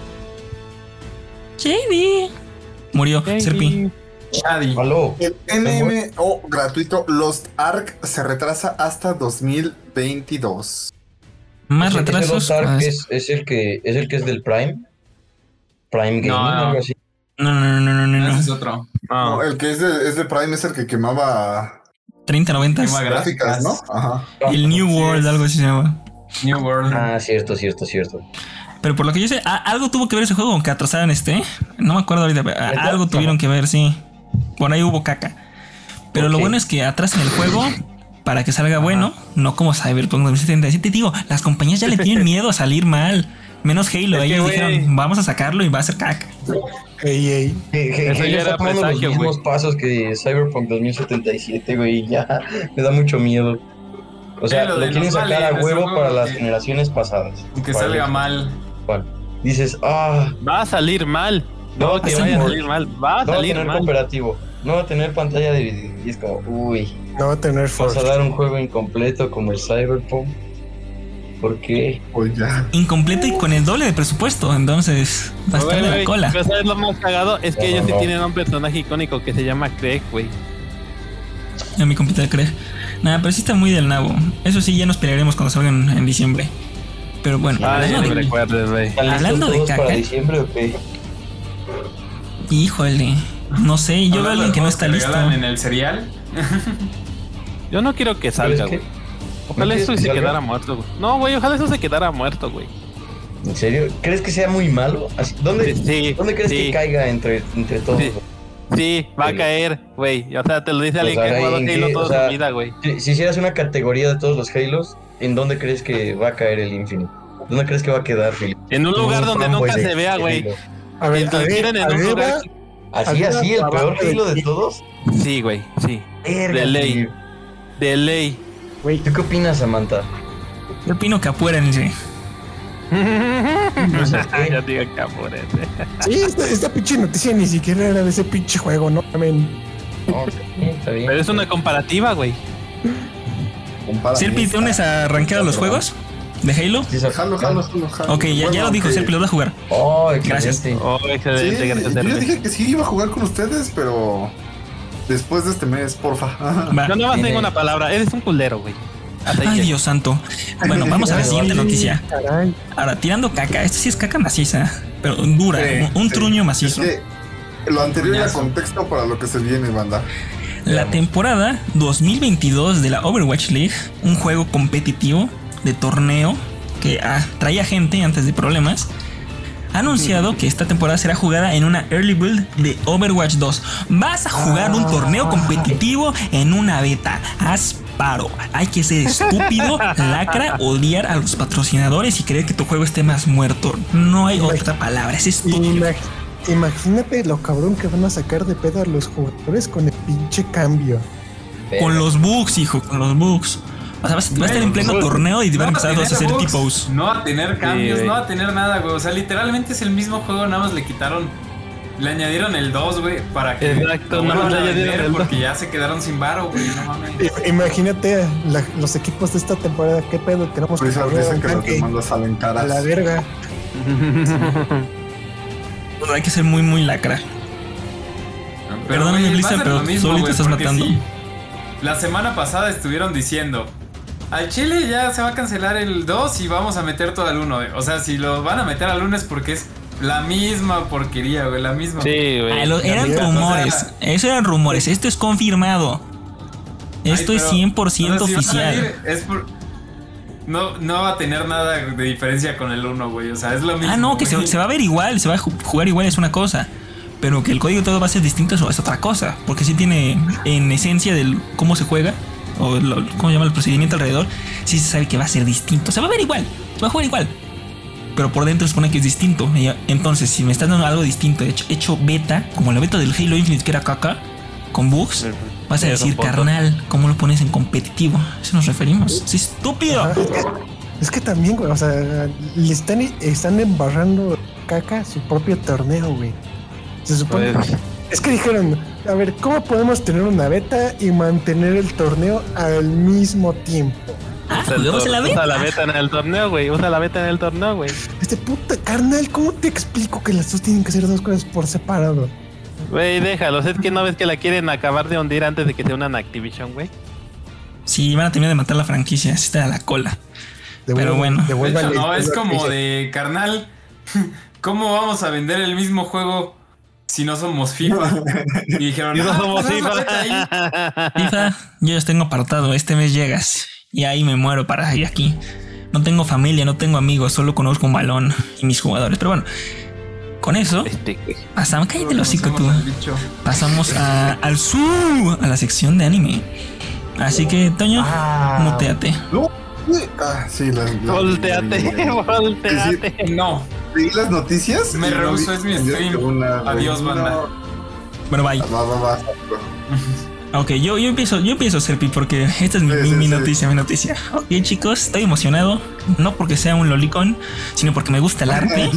JD. Murió, Serpi. Shadi. El MMO gratuito Lost Ark se retrasa hasta 2022. Más retrasos. Lost Ark es el que es del Prime Gaming, algo así. No. Ese es otro. No, el que es de Prime es el que quemaba 3090 gráficas, ¿no? Ajá. El New World, algo así se llama. New World. Cierto. Pero por lo que yo sé, algo tuvo que ver ese juego aunque atrasaran no me acuerdo ahorita, pero algo tuvieron que ver, sí. Por ahí hubo caca. Pero lo bueno es que atrasan el juego para que salga bueno, no como Cyberpunk 2077. Digo, las compañías ya le tienen miedo a salir mal. Menos Halo, ellos dijeron, vamos a sacarlo y va a ser caca. Ey. Eso ya era presagio, los mismos pasos que Cyberpunk 2077, güey. Ya me da mucho miedo. O sea, lo quieren sacar a huevo para las generaciones pasadas. Que salga mal. Bueno, dices, va a salir mal. No, que vaya a salir mal. Va a salir mal. No va a tener cooperativo. No va a tener pantalla de y es como, uy. No va a tener force. Vas a dar un juego incompleto como el Cyberpunk. ¿Por qué? Pues ya. Incompleto y con el doble de presupuesto. Entonces va a estar de la cola. Pero ¿sabes lo más cagado? Es que ellos sí tienen un personaje icónico que se llama Craig, güey. En mi computadora Craig. Nada, pero sí está muy del nabo. Eso sí, ya nos pelearemos cuando salgan en diciembre. Pero bueno, hablando de caca. ¿Para diciembre o qué? Híjole. No sé, yo veo a alguien que no está ¿Te listo. regalan en el cereal? Yo no quiero que salga, ¿Pero es güey. que Ojalá no eso quieres se que salga? quedara muerto, güey. No, güey, ojalá eso se quedara muerto, güey. ¿En serio? ¿Crees que sea muy malo? ¿Dónde crees que caiga entre todos? Sí. Sí, va a caer, güey. O sea, te lo dice alguien O sea, que ha jugado ¿en Halo qué? toda O sea, su vida, güey. Si hicieras una categoría de todos los Halos, ¿en dónde crees que va a caer el Infinite? ¿Dónde crees que va a quedar, Philip? En un Tú, lugar donde fanboy nunca de- se vea, de güey. Halo. A ver, Que lo tiren en un lugar. Así, el peor Halo de todos. Sí, güey, sí. Verga, De ley. Philip. De ley. Güey, ¿Tú qué opinas, Samantha? Yo opino que apúrense. No sé qué. Ya digo que apúrense. sí, esta pinche noticia ni siquiera era de ese pinche juego, ¿no? Amén. No, está bien. Pero es una comparativa, güey. Compara Serpi, ¿te unes a rankear los juegos de Halo? Sí, Jalo. Ok, ya lo dijo que- Serpi, lo va a jugar. Oh, Gracias. excelente. Oh, Sí, excelente, gracias, yo Serpi. dije que sí iba a jugar con ustedes, pero después de este mes, porfa. Va. Yo nomás Tiene- tengo una palabra. Eres un culero, güey. Hasta ahí Ay, llego. Dios santo. Bueno, vamos a la siguiente noticia. Caray. Ahora, tirando caca. Esto sí es caca maciza, pero dura, un truño macizo. Es que lo anterior era Coñazo. contexto para lo que se viene, banda. La temporada 2022 de la Overwatch League, un juego competitivo de torneo que traía gente antes de problemas, ha anunciado que esta temporada será jugada en una early build de Overwatch 2. Vas a jugar un torneo competitivo en una beta. Haz paro. Hay que ser estúpido, lacra, odiar a los patrocinadores y creer que tu juego esté más muerto. No hay otra palabra. Es estúpido. Imagínate lo cabrón que van a sacar de pedo a los jugadores con el pinche cambio. Con los bugs, hijo, con los bugs. O sea, va a estar en pleno torneo y van a empezar a hacer bugs, tipos. No va a tener cambios, güey. no va a tener nada, güey. O sea, literalmente es el mismo juego, nada más le quitaron. Le añadieron el 2, güey, para que Exacto, lo nada más vuelvan le a añadieron vender el porque ya se quedaron sin varo, güey, no mames. Imagínate los equipos de esta temporada, qué pedo, tenemos Por que eso correr dicen al que las tanque demandas salen a caras. la verga. Pero hay que ser muy, muy lacra. Perdóname, güey, va a Blizzard, ser pero lo mismo, solito güey, estás porque matando. sí, la semana pasada estuvieron diciendo: al Chile ya se va a cancelar el 2 y vamos a meter todo al 1. O sea, si lo van a meter al 1 es porque es la misma porquería, güey, la misma. Sí, güey. Eran mira, rumores. o sea- Eso eran rumores. Esto es confirmado. Esto Ay, es pero, 100% o sea, si van a oficial. ir, es no va a tener nada de diferencia con el 1, güey. O sea, es lo mismo. No, que güey. se va a ver igual, se va a jugar igual es una cosa. Pero que el código todo va a ser distinto eso es otra cosa. Porque sí tiene en esencia del cómo se juega, o cómo se llama el procedimiento alrededor, sí se sabe que va a ser distinto. Se va a ver igual, se va a jugar igual. Pero por dentro se supone que es distinto. Entonces, si me estás dando algo distinto, hecho beta, como la beta del Halo Infinite que era caca, con bugs, vas a Sí, decir, son fotos. carnal, ¿cómo lo pones en competitivo? ¿A eso nos referimos? ¡Es estúpido! Ajá, es que también, güey, o sea, le están embarrando caca a su propio torneo, güey. Se supone. Pues, Es que dijeron, a ver, ¿cómo podemos tener una beta y mantener el torneo al mismo tiempo? Juguemos en la beta. Usa la beta en el torneo, güey. Usa la beta en el torneo, güey. Puta carnal, ¿cómo te explico que las dos tienen que ser dos cosas por separado? Güey, déjalos. Es que no ves que la quieren acabar de hundir antes de que se unan a Activision, güey. Sí, van a terminar de matar la franquicia, así está a la cola. Pero bueno. De hecho, no, es como de de carnal. ¿Cómo vamos a vender el mismo juego si no somos FIFA? Y dijeron, Y no somos pues haz la beta ahí. FIFA. FIFA, yo ya tengo apartado, este mes llegas y ahí me muero para ir aquí. No tengo familia, no tengo amigos, solo conozco un balón y mis jugadores. Pero bueno, con eso pasamos, cállate el hocico tú. Conocemos al bicho. Pasamos a la sección de anime. Así que, Toño, muteate. No, sí, Volteate, volteate. No, vi las noticias. Me y no rehusó, vi- es mi stream. Adiós, banda. Bueno, bye. Va. Ok, yo empiezo, Serpi, porque esta es mi Sí. noticia. Ok, chicos, estoy emocionado. No porque sea un lolicón, sino porque me gusta el arte.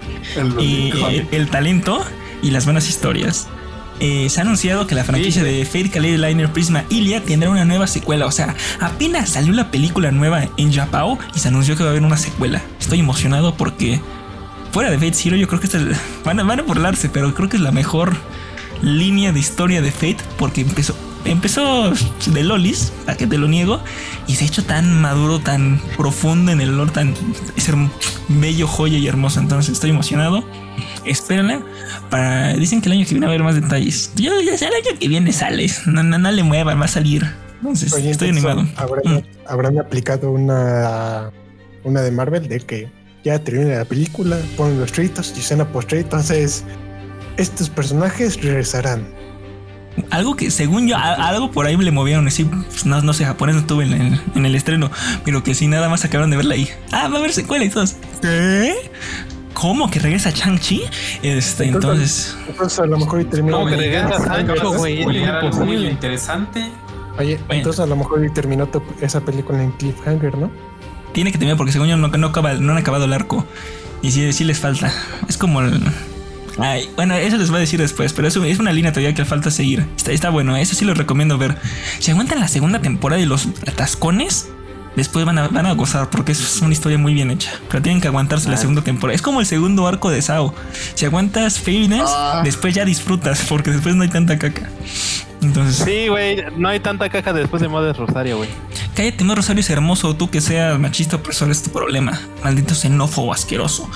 Y el talento y las buenas historias. Se ha anunciado que la franquicia de Fate Calais Liner Prisma Ilia tendrá una nueva secuela. O sea, apenas salió la película nueva en Japao y se anunció que va a haber una secuela. Estoy emocionado porque fuera de Fate Zero yo creo que van a burlarse, pero creo que es la mejor línea de historia de Fate porque empezó de lolis, a que te lo niego, y se ha hecho tan maduro, tan profundo en el lore, tan bello, joya y hermoso. Entonces estoy emocionado. Espérenla. Dicen que el año que viene va a haber más detalles. Yo ya sé, el año que viene sale. No le muevan, va a salir. Entonces, Oye, estoy animado. ¿Habrán aplicado una de Marvel de que ya termina la película, ponen los créditos y escena post entonces estos personajes regresarán? Algo que según yo, algo por ahí le movieron. Sí, pues no sé, japonés no estuve en el estreno, pero que sí, nada más acabaron de verla ahí. Va a haber secuela y todos. ¿Qué? ¿Cómo que regresa Shang-Chi? Entonces a lo mejor y terminó. ¿Cómo que regresa Sancho, güey? Es algo muy imposible. interesante. Oye, Bueno. entonces a lo mejor y terminó esa película en cliffhanger, ¿no? tiene que terminar porque según yo no han acabado el arco. Y sí les falta. Es como bueno, eso les voy a decir después, pero eso es una línea todavía que falta seguir. Está bueno, eso sí lo recomiendo ver. Si aguantan la segunda temporada y los atascones, después van a gozar porque es una historia muy bien hecha. Pero tienen que aguantarse la segunda temporada. Es como el segundo arco de Sao. Si aguantas Fairiness, después ya disfrutas porque después no hay tanta caca. Entonces, sí, güey, no hay tanta caca después de Modo Rosario, güey. Cállate, Modo Rosario es hermoso. Tú que seas machista opresor es tu problema. Maldito xenófobo asqueroso.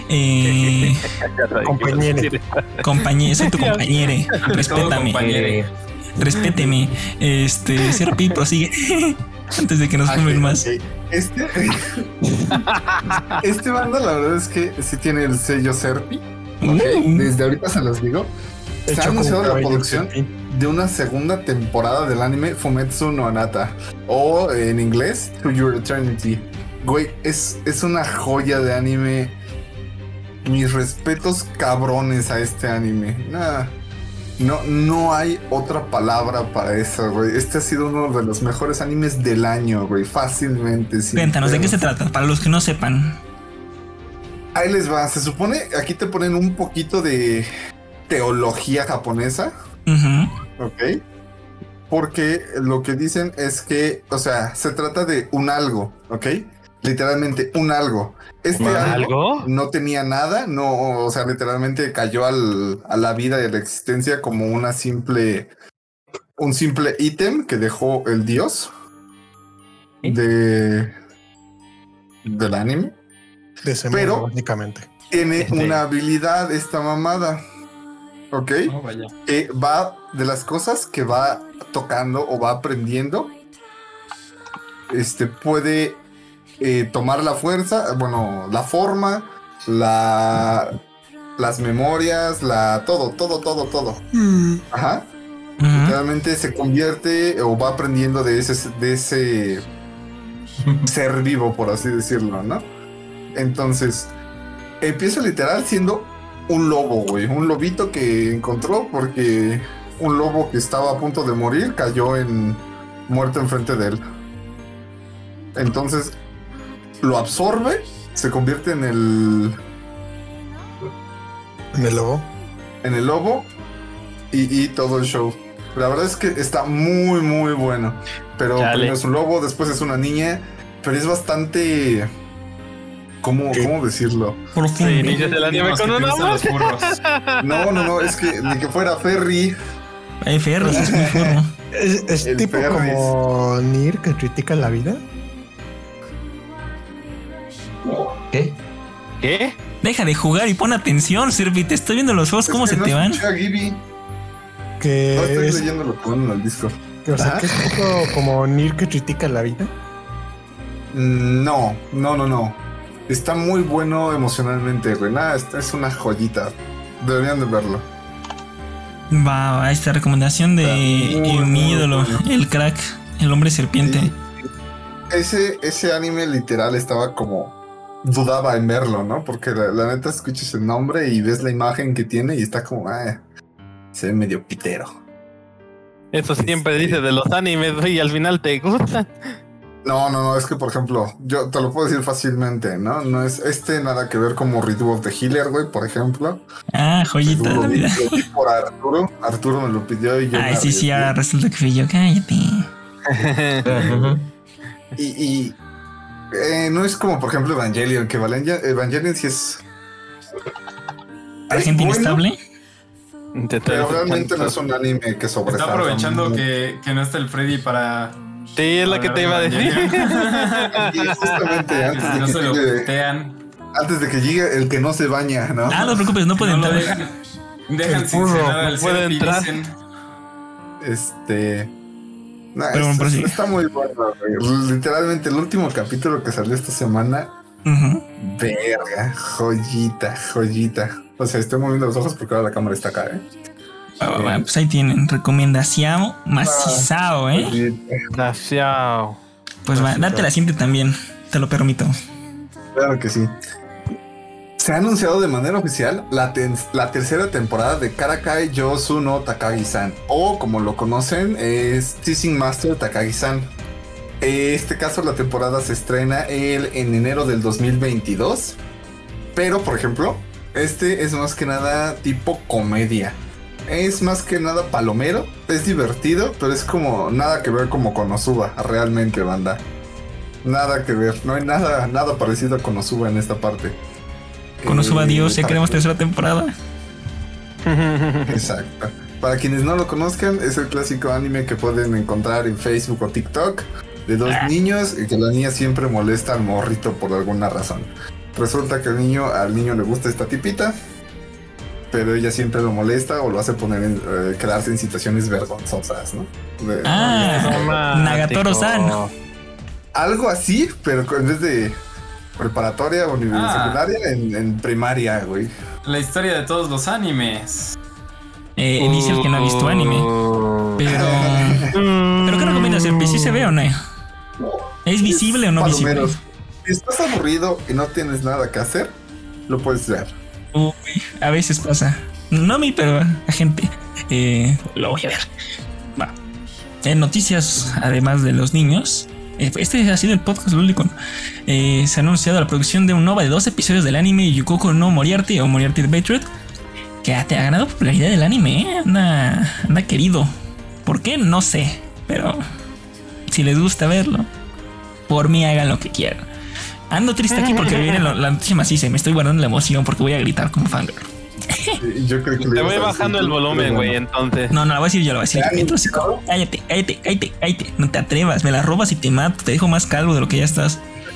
Compañere, soy tu compañere. Respétame. Respéteme. Serpi, prosigue. Antes de que nos fumen más. Okay. Este banda, la verdad es que sí tiene el sello Serpi. Okay. Desde ahorita se los digo. Se ha anunciado la producción de una segunda temporada del anime Fumetsu no Anata, o en inglés To Your Eternity. Güey, es una joya de anime. Mis respetos cabrones a este anime. No hay otra palabra para eso, güey. Este ha sido uno de los mejores animes del año, güey. Fácilmente. Cuéntanos, ¿de qué se trata? Para los que no sepan. Ahí les va. Se supone, aquí te ponen un poquito de teología japonesa. Ok. Porque lo que dicen es que, o sea, se trata de un algo, ¿ok? Literalmente un algo. Este algo no tenía nada, no, o sea, literalmente cayó a la vida y a la existencia como un simple ítem que dejó el dios del anime. Pero básicamente tiene una habilidad esta mamada, ¿ok? Que va de las cosas que va tocando o va aprendiendo. Puede tomar la fuerza, bueno, la forma, las memorias, todo. Ajá. Realmente se convierte o va aprendiendo de ese ser vivo, por así decirlo, ¿no? Entonces, empieza literal siendo un lobo, güey. Un lobito que encontró porque un lobo que estaba a punto de morir cayó muerto enfrente de él. Entonces lo absorbe, se convierte en el lobo. En el lobo y todo el show. La verdad es que está muy, muy bueno. Pero primero es un lobo, después es una niña, pero es bastante... ¿Cómo decirlo? Sí, inicias el anime con una voz. No, es que ni que fuera Ferry. Ferry es muy furro. Es tipo Ferris. Como Nier que critica la vida. ¿Qué? Deja de jugar y pon atención, Sirvi. Te estoy viendo los ojos, ¿cómo se te van? Que no estoy leyendo lo que ponen en el disco. O sea, que es tipo como Nier que critica la vida. No. Está muy bueno emocionalmente, güey. Es una joyita. Deberían de verlo. Va, esta recomendación de mi ídolo, el crack, el hombre serpiente. Sí. Ese anime literal estaba como... Dudaba en verlo, ¿no? Porque la neta escuchas el nombre y ves la imagen que tiene y está como... se ve medio pitero. Eso siempre dice de los animes, güey, y al final te gustan. No, es que por ejemplo, yo te lo puedo decir fácilmente, ¿no? No es nada que ver como Redo of the Healer, güey, por ejemplo. Joyita de la vida. Lo vi por Arturo me lo pidió y yo... sí, ahora resulta que fui yo, cállate. Y no es como por ejemplo Evangelion, que Evangelion sí es... ¿Para gente inestable? Pero realmente no es un anime que sobresalga. Está aprovechando mucho. que no está el Freddy para... Sí, es lo que te iba a decir. Y justamente No se lo putean. antes de que llegue el que no se baña, ¿no? Ah, no te preocupes, no puede No lo entrar. dejan El sin burro, cenar al no puede Cepi, entrar. dicen. Pero sí. Está muy bueno, güey. Literalmente el último capítulo que salió esta semana, Ujú. verga, joyita. O sea, estoy moviendo los ojos porque ahora la cámara está acá, Pues ahí tienen, recomendación macizado, Joyita. Gracias. Pues va, date la siguiente también, te lo permito. Claro que sí. Se ha anunciado de manera oficial la tercera temporada de Karakai Yosu no Takagi-san, o como lo conocen, es Teasing Master Takagi-san. Este caso, la temporada se estrena en enero del 2022. Pero, por ejemplo, este es más que nada tipo comedia. Es más que nada palomero, es divertido, pero es como nada que ver como Konosuba, realmente, banda. Nada que ver, no hay nada parecido a Konosuba en esta parte. Konosuba Dios, ya para queremos que- tercera temporada. Exacto. Para quienes no lo conozcan, es el clásico anime que pueden encontrar en Facebook o TikTok de dos niños y que la niña siempre molesta al morrito por alguna razón. Resulta que al niño le gusta esta tipita, pero ella siempre lo molesta o lo hace quedarse en situaciones vergonzosas, ¿no? Nagatoro-san. Algo así, pero en vez de preparatoria o nivel secundaria, en primaria, güey. La historia de todos los animes. Dice el que no ha visto anime. Pero ¿qué recomienda hacer? ¿Sí se ve o no? ¿Es visible o no visible? Palomeros. Si estás aburrido y no tienes nada que hacer, lo puedes ver. Uy, a veces pasa. No a mí, pero a gente. Lo voy a ver. Va. En noticias, además de los niños, este ha sido el podcast Lulicon. Se ha anunciado la producción de un OVA de 2 episodios del anime Yukoko no Moriarty o Moriarty the Patriot, que te ha ganado popularidad del anime, anda querido. ¿Por qué? No sé, pero si les gusta verlo, por mí hagan lo que quieran. Ando triste aquí porque viene la noticia maciza y me estoy guardando la emoción porque voy a gritar como fangirl. Yo creo que Te voy bajando el volumen, güey, entonces. No, la voy a decir yo, la voy a decir. Cállate. No te atrevas, me la robas y te mato. Te dejo más calvo de lo que ya estás.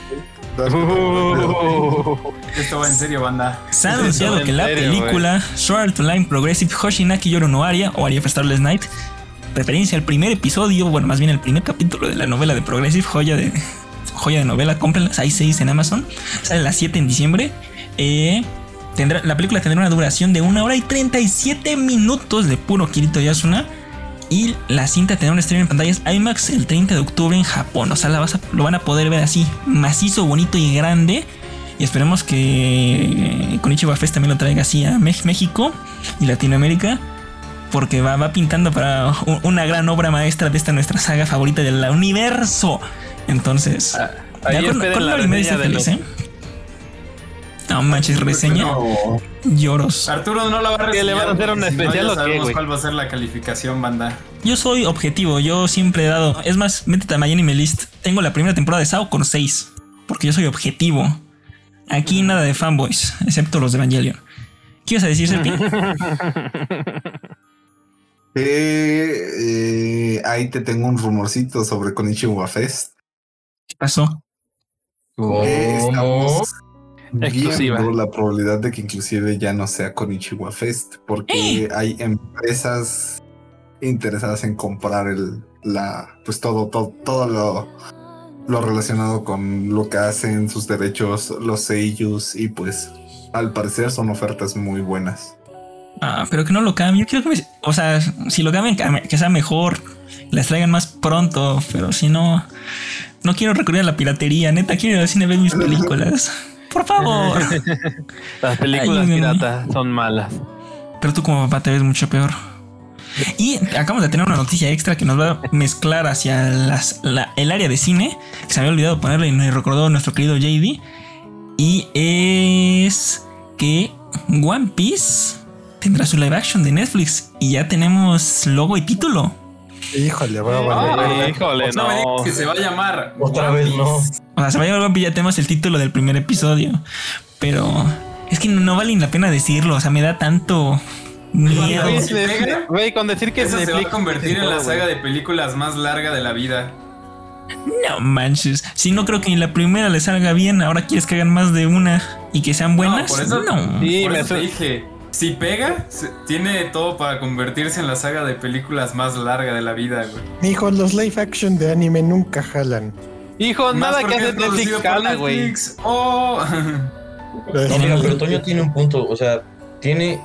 Esto va en serio, banda. Se ha anunciado que la película Sword Art Online Progressive Hoshinaki Yoru no Aria o Aria of Starless Night, referencia al primer episodio, bueno, más bien el primer capítulo de la novela de Progressive, joya de novela, cómprenlas, hay 6 en Amazon, sale a las 7 en diciembre. La película tendrá una duración de 1 hora y 37 minutos de puro Kirito Yasuna. Y la cinta tendrá un estreno en pantallas IMAX el 30 de octubre en Japón. O sea, lo van a poder ver así, macizo, bonito y grande. Y esperemos que Konichiwa Fest también lo traiga así a México y Latinoamérica, porque va pintando para una gran obra maestra de esta nuestra saga favorita del universo. Entonces, ahí esperen la reseña de los... No manches, reseña. No. Lloros. Arturo no la va a reseñar. ¿Le van a hacer un especial no, o ya qué, sabemos güey? cuál va a ser la calificación, banda. Yo soy objetivo, yo siempre he dado. Es más, métete a My Anime List. Tengo la primera temporada de SAO con 6, porque yo soy objetivo. Aquí nada de fanboys, excepto los de Evangelion. ¿Qué ibas a decir, Serpi? Ahí te tengo un rumorcito sobre Konichiwa Fest. ¿Qué pasó? Estamos Exclusiva. viendo la probabilidad de que inclusive ya no sea Konichiwa Fest, porque hay empresas interesadas en comprar pues todo lo relacionado con lo que hacen, sus derechos, los seiyus, y pues al parecer son ofertas muy buenas. Pero que no lo cambien. Yo quiero que o sea, si lo cambian, que sea mejor, las traigan más pronto, pero si no quiero recurrir a la piratería, neta, quiero ir al cine a ver mis películas. Por favor. Las películas Ay, piratas son malas. Pero tú como papá te ves mucho peor. Y acabamos de tener una noticia extra que nos va a mezclar hacia el área de cine, que se me había olvidado ponerle y nos recordó nuestro querido JD. Y es que One Piece tendrá su live action de Netflix y ya tenemos logo y título. Híjole, va a valer. Híjole, No me digas no. que se va a llamar Otra One vez Piece. no. O sea, se va a llamar One Piece, ya tenemos el título del primer episodio. Pero es que no vale la pena decirlo. O sea, me da tanto Miedo. Si pega, Güey, con decir que eso se va a Netflix convertir en la güey. saga de películas más larga de la vida. No manches. Si no creo que ni la primera le salga bien, ahora quieres que hagan más de una y que sean buenas. por eso- No. Sí, Por me eso te su- dije, si pega, tiene todo para convertirse en la saga de películas más larga de la vida, güey. Mijo, los live action de anime nunca jalan. Hijo, Más nada que porque hace es Netflix producido por jala, güey. Netflix. Oh. No, mira, pero Toño tiene un punto, o sea, tiene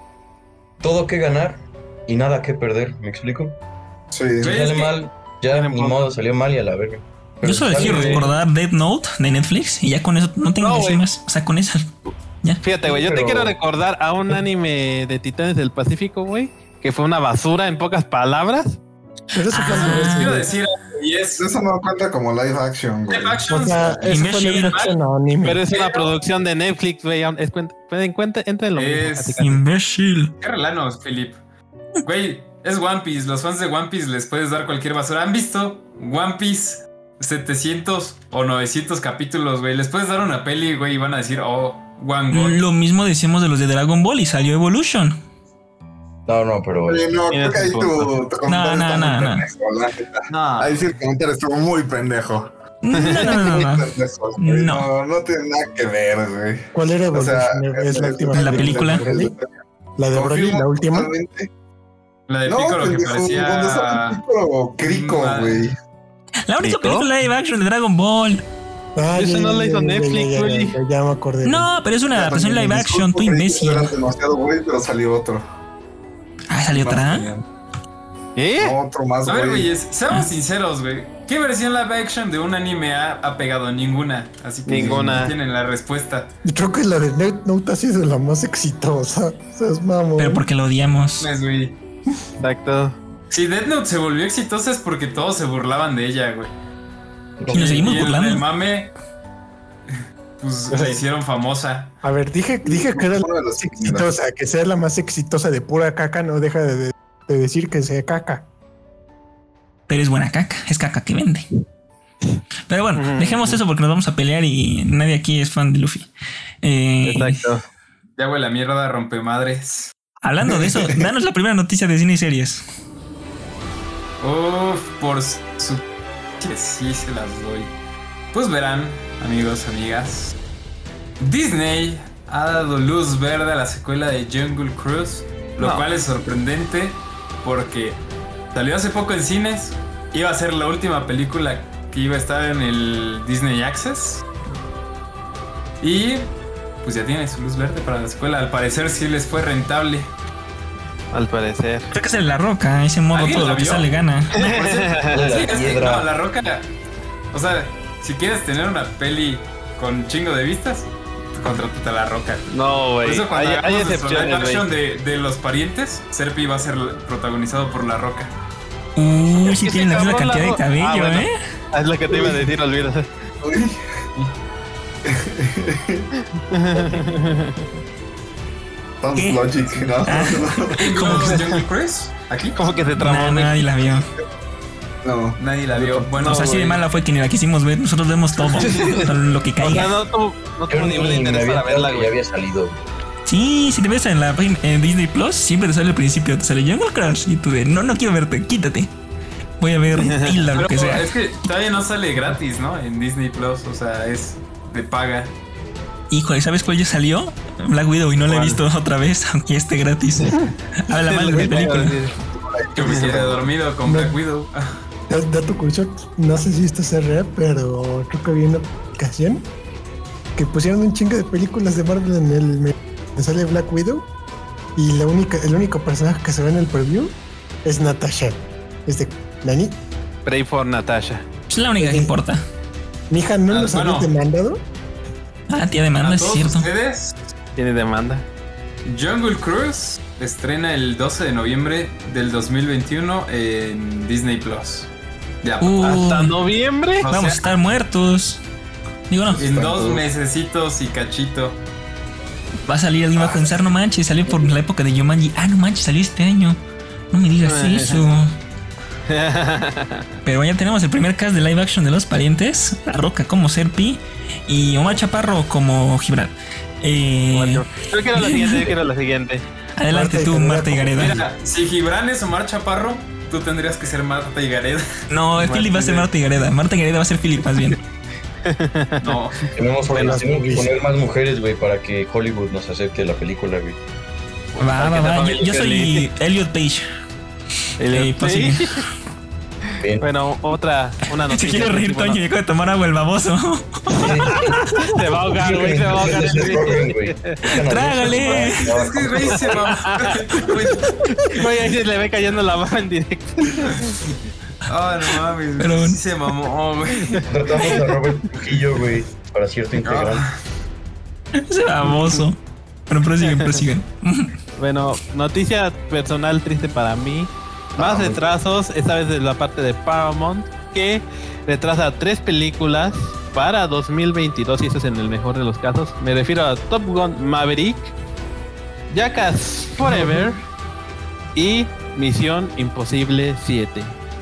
todo que ganar y nada que perder, ¿me explico? Sí. Güey, Si es sale que- mal, ya Tiene ni punto. modo, salió mal y a la verga. Pero Yo solo sale quiero bien. recordar Death Note de Netflix y ya con eso no tengo No, que decir güey. más. O sea, con esa. Ya. Fíjate, güey, yo te Pero- quiero recordar a un anime de Titanes del Pacífico, güey, que fue una basura en pocas palabras. Pero eso fue Ah. Quiero decir, y es Eso no cuenta como live action, güey. live O action. sea, eso fue Imbécil. live action a anime. Pero es una Pero- producción de Netflix, güey. Pueden cuenta, entra en lo mismo. Es- casi, casi. Imbécil. Qué relanos, Philip. Güey, es One Piece. Los fans de One Piece les puedes dar cualquier basura. ¿Han visto One Piece 700 o 900 capítulos, güey? Les puedes dar una peli, güey, y van a decir, oh, One God. Lo mismo decimos de los de Dragon Ball y salió Evolution. No, pero Oye, no, creo que ahí Tienes un tu comentario No, está no, muy no. pendejo, la neta. No. Ahí sí el comentario estuvo muy pendejo. No, no, no, no. Pendejo, güey. No. No tiene nada que ver, güey. ¿Cuál era O sea, Evolution? Es la última. la película. de Broly. La de Broly, Confirmo la última. totalmente. La de No, Piccolo que pendejo, ¿dónde está parecía... el Piccolo crico, güey? La única ¿Pico? película live action de Dragon Ball. Ah, Eso no la hizo Netflix, güey. Ya me acordé. No, pero es una adaptación live action, tú Disculpa, imbécil. Era demasiado güey, pero salió otro. Ah, salió Más otra. genial. ¿Eh? No, otro más, A ver, güey. güeyes, seamos sinceros, güey. ¿Qué versión live action de un anime ha pegado? Ninguna. Así que Ninguna. no tienen la respuesta. Yo creo que la de Death Note ha sido la más exitosa. O sea, es mamón. Pero porque lo odiamos. Es, güey. Exacto. Si Death Note se volvió exitosa es porque todos se burlaban de ella, güey. Y nos seguimos el burlando. mame, pues la hicieron famosa. A ver, dije que era la Uno de los más exitosa, que sea la más exitosa de pura caca, no deja de decir que sea caca. Pero es buena caca, es caca que vende. Pero bueno, dejemos eso porque nos vamos a pelear y nadie aquí es fan de Luffy. Exacto. Ya, güey, la mierda rompe madres. Hablando de eso, danos la primera noticia de cine y series. Uf, por su... que sí se las doy. Pues verán, amigos, amigas. Disney ha dado luz verde a la secuela de Jungle Cruise, lo No. cual es sorprendente porque salió hace poco en cines, iba a ser la última película que iba a estar en el Disney Access y pues ya tiene su luz verde para la secuela. Al parecer sí les fue rentable. Al parecer. Creo que es La Roca, ese modo ¿Alguien todo la lo que vio? sale gana. Sí, es que, piedra. no, La Roca, o sea, si quieres tener una peli con chingo de vistas, contrátate a La Roca. No, Por güey. eso cuando Hay hagamos nuestro live excepciones, action güey. de Los Parientes, Serpi va a ser protagonizado por La Roca. Uy, Es sí que tienen la se misma acabó cantidad de la- cabello, Ah, bueno. ¿eh? Es lo que te iba a decir, olvídate. Uy. Sounds ¿Qué? logic, ¿no? ¿Cómo que se- Jungle Cruise? ¿Aquí? Como que se trabó, güey. Nadie la vio. No. Nadie la vio. Bueno, O sea, así de güey. mala fue que ni la quisimos ver. Nosotros vemos todo. Lo que O sea, caiga. no tuvo Yo ningún ni me interés había para verla, enterado que ya güey. había salido. Sí, si te ves en la página en Disney Plus, siempre te sale al principio, te sale Jungle Crush y tú de no quiero verte, quítate. Voy a ver Hilda, lo Pero que sea. es que todavía no sale gratis, ¿no? En Disney Plus, o sea, es de paga. Híjole, ¿sabes cuál ya salió? Black Widow y no la he ¿Cuál? visto otra vez, aunque ya esté gratis. Habla mal de mi película. Yo me quedé dormido con Black Widow. Dato curioso, no sé si esto es real, pero creo que había una ocasión que pusieron un chingo de películas de Marvel en el me sale Black Widow y el único personaje que se ve en el preview es Natasha. Es de Nani. Pray for Natasha. Es la única que importa. Mi hija no Ah, los había bueno. demandado. Ah, tía demanda, A es todos cierto. ustedes, Tiene demanda. Jungle Cruise estrena el 12 de noviembre del 2021 en Disney Plus. Ya, ¿Hasta noviembre? o Vamos a sea, estar muertos. Digo, no, en 2 mesecitos y cachito. va a salir, alguien va a pensar, no manches, salió por la época de Jumanji. Ah, no manches, salió este año. No me digas eso. Pero ya tenemos el primer cast de live action de Los Parientes. La Roca como Serpi y Omar Chaparro como Gibran. Creo que era la siguiente, Adelante tú, Marta Higareda. Mira, si Gibran es Omar Chaparro, tú tendrías que ser Marta Higareda. No, Philip va a ser Marta Higareda. Marta Higareda va a ser Philip, más bien. No. Tenemos que poner más mujeres, güey, para que Hollywood nos acepte la película, güey. Va. Yo soy Elliot Page. Prosigue. Bien. Bueno, una noticia. Se quiere reír, Toño, y acaba de tomar agua el baboso. Se va a ahogar, güey, se va a ahogar. ¡Trágale! Es que, güey, se mamó. Güey, ahí se le ve cayendo la mano en directo. Ah, no mames, Pero sí bueno. se mamó, güey. Tratamos a Robert Trujillo, güey, para cierto integrante. Ese baboso. Bueno, prosiguen. Bueno, noticia personal triste para mí. Más retrasos, esta vez de la parte de Paramount, que retrasa 3 películas para 2022, y eso es en el mejor de los casos. Me refiero a Top Gun Maverick, Jackass Forever y Misión Imposible 7.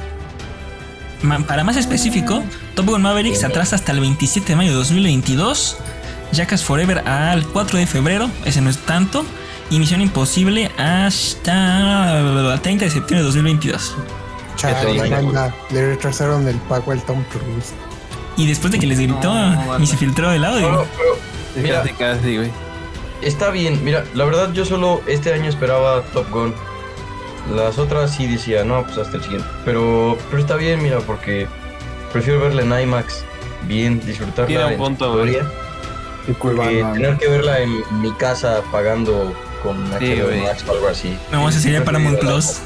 Para más específico, Top Gun Maverick se atrasa hasta el 27 de mayo de 2022. Jackass Forever al 4 de febrero, ese no es tanto. Y Misión Imposible hasta el 30 de septiembre de 2022. Chale, banda, le retrasaron el pago al Tom Cruise. Y después de que les gritó y se filtró el audio. Mira, Casi, güey. está bien. Mira, la verdad yo solo este año esperaba Top Gun. Las otras sí decía, no, pues hasta el siguiente. Pero está bien, mira, porque prefiero verla en IMAX. Bien, Tiene disfrutarla un en punto, historia. Que tener que verla en mi casa pagando con HBO güey. Max o algo así. No, ese sería Paramount Plus.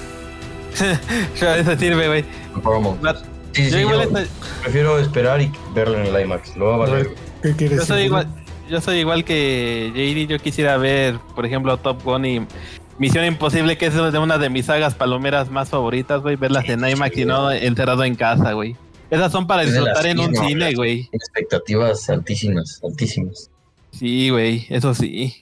Eso sirve, güey. Paramount. Sí, Yo sí, igual yo estoy- prefiero esperar y verla en el IMAX. Lo va a A valer. ver, ¿qué quieres decir? Yo soy igual que JD. Yo quisiera ver, por ejemplo, Top Gun y Misión Imposible, que es de una de mis sagas palomeras más favoritas, güey. Verlas en IMAX y no encerrado en casa, güey. Esas son para Es de disfrutar las en un mismas, cine, las- güey. Expectativas altísimas, altísimas. Sí, güey, eso sí.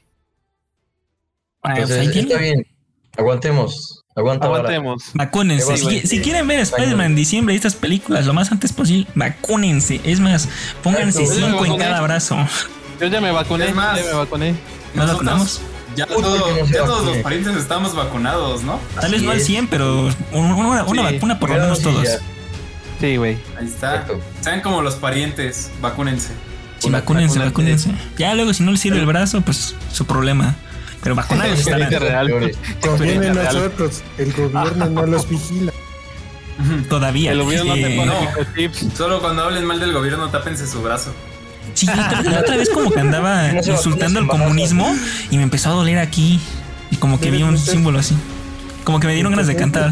Entonces, está bien. Aguantemos. Aguanta vara. Aguantemos. Vacúnense. Sí, güey. Si quieren ver Spider-Man en diciembre y estas películas lo más antes posible, vacúnense. Es más, pónganse Exacto. 5 en Vacuné. cada brazo. Yo ya me vacuné, Es más, ya me vacuné. ¿Nos vacunamos? Ya, Puta, que no se ya todos vacune. los parientes estamos vacunados, ¿no? Tal vez no al es. 100, pero una Sí. vacuna por lo Primera menos dosis todos. ya. Sí, güey. Ahí está. Exacto. Sean como los parientes, vacúnense. Sí, vacúnense. Ya luego, si no les sirve el brazo, pues su problema. Pero vacunados estarán. Experiencia real. Peores. Conviene Experiencia real. nosotros, el gobierno no los vigila. Todavía. El gobierno no te pone no. tipo tips. Solo cuando hablen mal del gobierno, tápense su brazo. Sí, la otra vez como que andaba No se insultando el vacunen, comunismo y me empezó a doler aquí. Y como que vi un símbolo así. Como que me dieron ganas de cantar.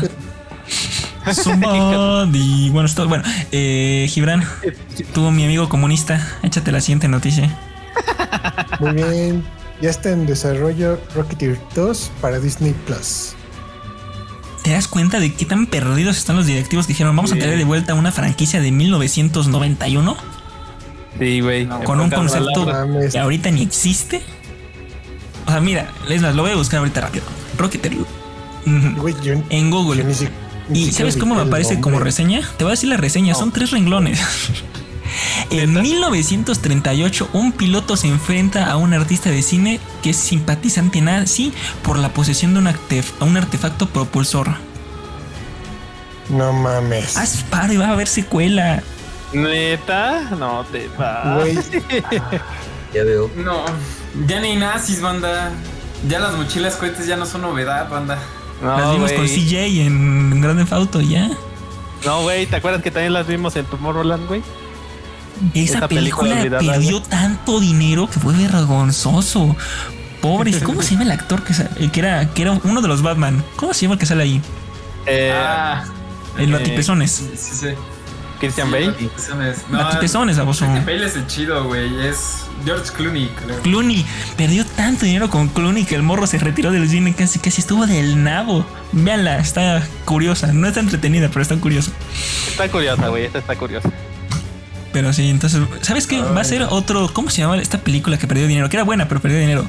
Somebody. Bueno, Gibran, tú, mi amigo comunista, échate la siguiente noticia. Muy bien, ya está en desarrollo Rocketeer 2 para Disney Plus. ¿Te das cuenta de qué tan perdidos están los directivos que dijeron vamos a traer de vuelta una franquicia de 1991 Sí, güey. No, con un En pocas concepto palabras. que ahorita ni existe? O sea, mira, es más, lo voy a buscar ahorita rápido. Rocketeer. Güey, yo En yo Google. ni si- ni ¿Y siquiera sabes cómo me ubiqué el aparece como nombre. reseña? Te voy a decir la reseña, son 3 renglones. En 1938, un piloto se enfrenta a un artista de cine que es simpatizante nazi por la posesión de un artefacto propulsor. No mames. Haz paro y va a haber secuela. ¿Neta? No te va. Güey, Ya veo. No, ya ni nazis, banda. Ya las mochilas cohetes ya no son novedad, banda. No, Las vimos con güey. CJ en Grand Theft Auto ya. No, güey, ¿te acuerdas que también las vimos en Tomorrowland, güey? Esa Esa película película olvidada, perdió tanto dinero que fue vergonzoso. Pobres, ¿cómo se llama el actor que era uno de los Batman? ¿Cómo se llama el que sale ahí? El batipezones. Sí, sí. Christian Sí, Bale. batipezones. No, Batipezones, baboso. Bale es el chido, güey. Es George Clooney, creo. Clooney perdió tanto dinero con Clooney que el morro se retiró del cine, casi estuvo del nabo. Véanla, está curiosa. No está entretenida, pero está curiosa. Está curiosa, güey. Esta está curiosa. Pero sí, entonces, ¿sabes qué? Va a ser otro. ¿Cómo se llama esta película que perdió dinero? Que era buena, pero perdió dinero.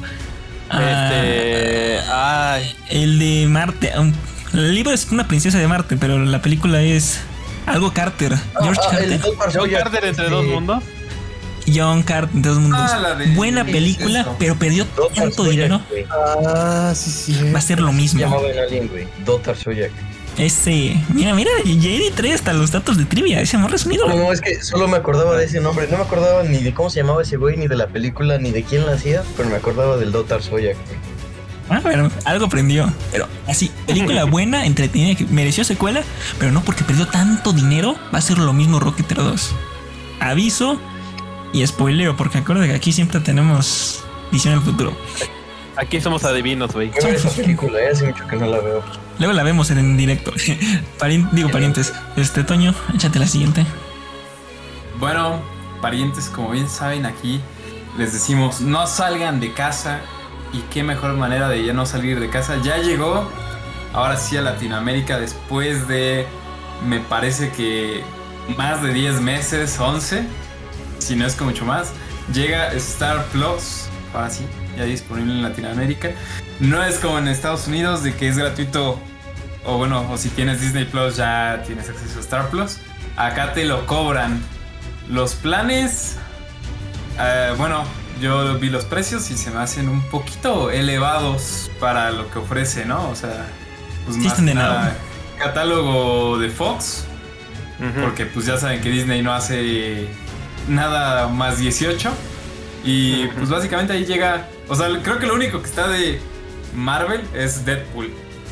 Ay. El de Marte. El libro es una princesa de Marte, pero la película es algo Carter. George Carter. el Doctor ¿John Sawyer, Carter entre dos mundos? John Carter de Dos Mundos. la de- Buena película, eso. pero perdió tanto dinero. Güey. Ah, sí. Va a ser lo Se mismo. llamaba en Alien, güey. Dotar Soyak. Mira, JD trae hasta los datos de trivia. Ese morro es un ídolo. No, es que solo me acordaba de ese nombre. No me acordaba ni de cómo se llamaba ese güey, ni de la película, ni de quién la hacía, pero me acordaba del Dotar Soyak, güey. Ah, bueno, algo aprendió. Pero así, película buena, entretenida, que mereció secuela, pero no porque perdió tanto dinero. Va a ser lo mismo Rocketeer 2. Aviso y spoileo, porque acuérdate que aquí siempre tenemos visión al futuro. Aquí somos adivinos, güey. Qué buena esa película, hace mucho que no la veo. Luego la vemos en directo. Parientes. Toño, échate la siguiente. Bueno, parientes, como bien saben, aquí les decimos no salgan de casa. Y qué mejor manera de ya no salir de casa. Ya llegó, ahora sí, a Latinoamérica después de, me parece que más de 10 meses, 11, si no es que mucho más. Llega Star Plus, ahora sí, ya disponible en Latinoamérica. No es como en Estados Unidos de que es gratuito, o bueno, o si tienes Disney Plus ya tienes acceso a Star Plus. Acá te lo cobran. Los planes, bueno, yo vi los precios y se me hacen un poquito elevados para lo que ofrece, ¿no? O sea, pues Sí, más están de nada, nada. catálogo de Fox, porque pues ya saben que Disney no hace nada más 18. Y pues básicamente ahí llega, o sea, creo que lo único que está de Marvel es Deadpool.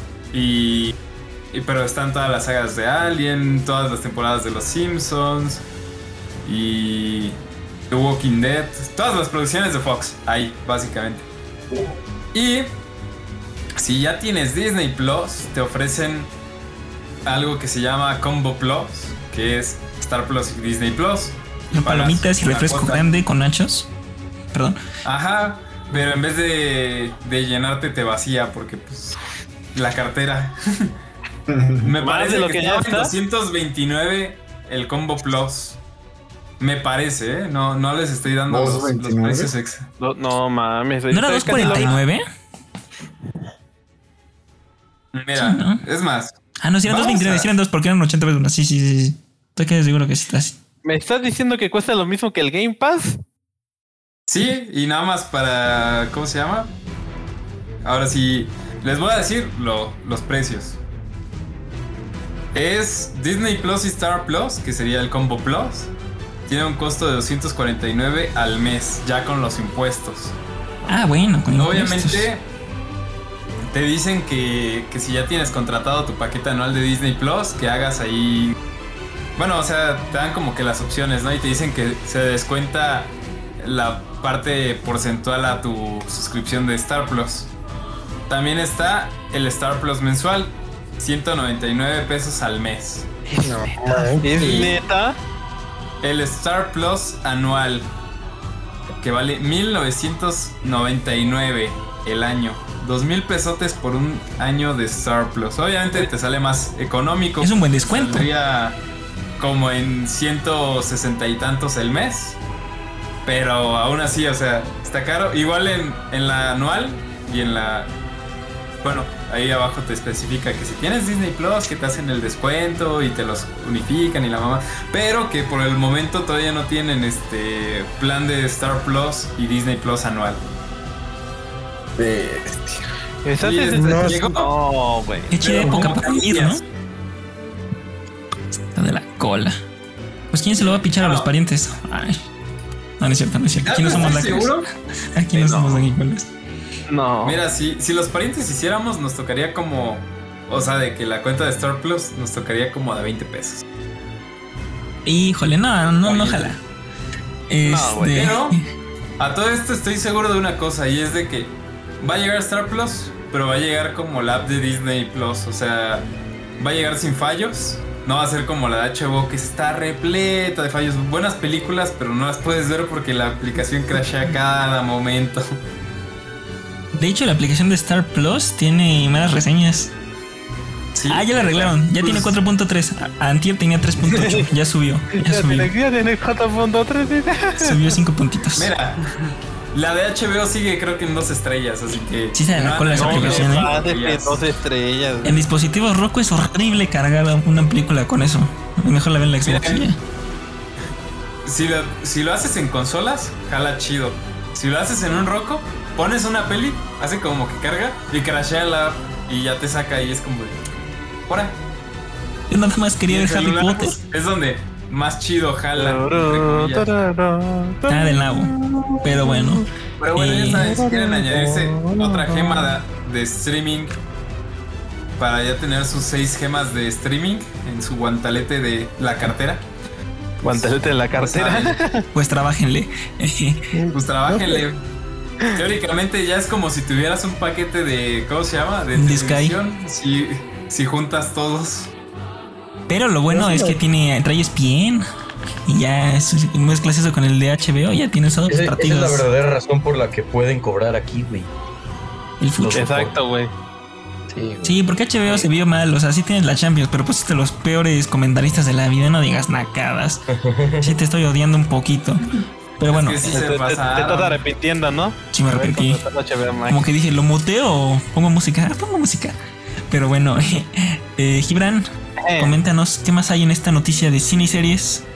Pero están todas las sagas de Alien, todas las temporadas de Los Simpsons y The Walking Dead, todas las producciones de Fox, ahí, básicamente. Y si ya tienes Disney Plus, te ofrecen algo que se llama Combo Plus, que es Star Plus y Disney Plus. Y Palomitas y pagas refresco una cuota. grande con nachos. Perdón. Ajá, pero en vez de llenarte te vacía porque pues la cartera. Me Más parece de lo que que estaba ya en está. 229 el Combo Plus. Me parece, ¿eh? No les estoy dando los 229. precios extra. No mames, güey. ¿No era Estoy casi 2.49? Mira, Sí, ¿no? es más, Ah, no, si eran Vamos 2.29, a- si eran 2 porque eran 80 pesos más. Sí. Estoy casi seguro que sí estás. ¿Me estás diciendo que cuesta lo mismo que el Game Pass? sí, y nada más para, ¿cómo se llama? Ahora sí, les voy a decir los precios. Es Disney Plus y Star Plus, que sería el Combo Plus. Tiene un costo de 249 al mes, ya con los impuestos. Ah, bueno, con impuestos. Obviamente te dicen que si ya tienes contratado tu paquete anual de Disney Plus, que hagas ahí... Bueno, o sea, te dan como que las opciones, ¿no? Y te dicen que se descuenta la parte porcentual a tu suscripción de Star Plus. También está el Star Plus mensual, 199 pesos al mes. ¿Es Sí. neta? El Star Plus anual, que vale 1999 el año. 2,000 pesotes por un año de Star Plus. Obviamente te sale más económico. Es un buen descuento. Saldría como en 160 y tantos el mes. Pero aún así, o sea, está caro. Igual en la anual y en la... Bueno, ahí abajo te especifica que si tienes Disney Plus, que te hacen el descuento y te los unifican y la mamá. Pero que por el momento todavía no tienen este plan de Star Plus y Disney Plus anual. ¿Estás Sí, en no, llegó? No, güey. Qué chida Pero época ¿cómo para ir, ¿no? cambias? Está de la cola. Pues ¿quién se lo va a pichar a los parientes? Ay. No, no es cierto. Aquí no somos ¿Estás lacras. seguro? Aquí no somos laquicolas. No. Mira, si los parientes hiciéramos, nos tocaría como... O sea, de que la cuenta de Star Plus nos tocaría como de 20 pesos. Híjole, no, ojalá. güey. Pero a todo esto estoy seguro de una cosa, y es de que va a llegar Star Plus, pero va a llegar como la app de Disney Plus. O sea, va a llegar sin fallos. No va a ser como la de HBO, que está repleta de fallos. Buenas películas, pero no las puedes ver porque la aplicación crashea cada momento. De hecho, la aplicación de Star Plus tiene malas reseñas. Sí. Ah, ya la arreglaron. Ya Pues- tiene 4.3. Antier tenía 3.8. Ya subió. Ya La subió. selección en el 4.3. Subió 5 puntitos. Mira, la de HBO sigue creo que en 2 estrellas, así que... Sí se la cola esa no, aplicación, no, ¿eh? Ah, de estrellas. 2 estrellas. En dispositivos Roku es horrible cargar una película con eso. Mejor la ven en la Xbox. Mira, y ya. si lo haces en consolas, jala chido. Si lo haces en un roco, pones una peli, hace como que carga y crashea la app y ya te saca y es como de... ¡Hora! Yo nada más quería ver Harry Potter. Es donde más chido jala. Ah, del nabo. Pero bueno. Pero bueno, ya saben, si quieren añadirse otra gema de streaming para ya tener sus 6 gemas de streaming en su guantalete de la cartera. Guantelete en la cartera. Pues trabájenle. Pues trabájenle. Teóricamente ya es como si tuvieras un paquete de... ¿Cómo se llama? De televisión. Si juntas todos. Pero lo bueno es que trae ESPN. Y ya mezclas eso con el de HBO. Ya tienes todos los partidos. Esa es la verdadera razón por la que pueden cobrar aquí, güey. El fútbol. Exacto, güey. Sí, porque HBO se vio mal. O sea, sí tienes la Champions, pero pusiste los peores comentaristas de la vida. No digas nacadas. Sí te estoy odiando un poquito. Pero bueno, es que sí te estás arrepintiendo, ¿no? Sí me arrepentí. Como que dije, ¿lo muteo o pongo música? Pongo música. Pero bueno, Gibran, coméntanos qué más hay en esta noticia de cine y series.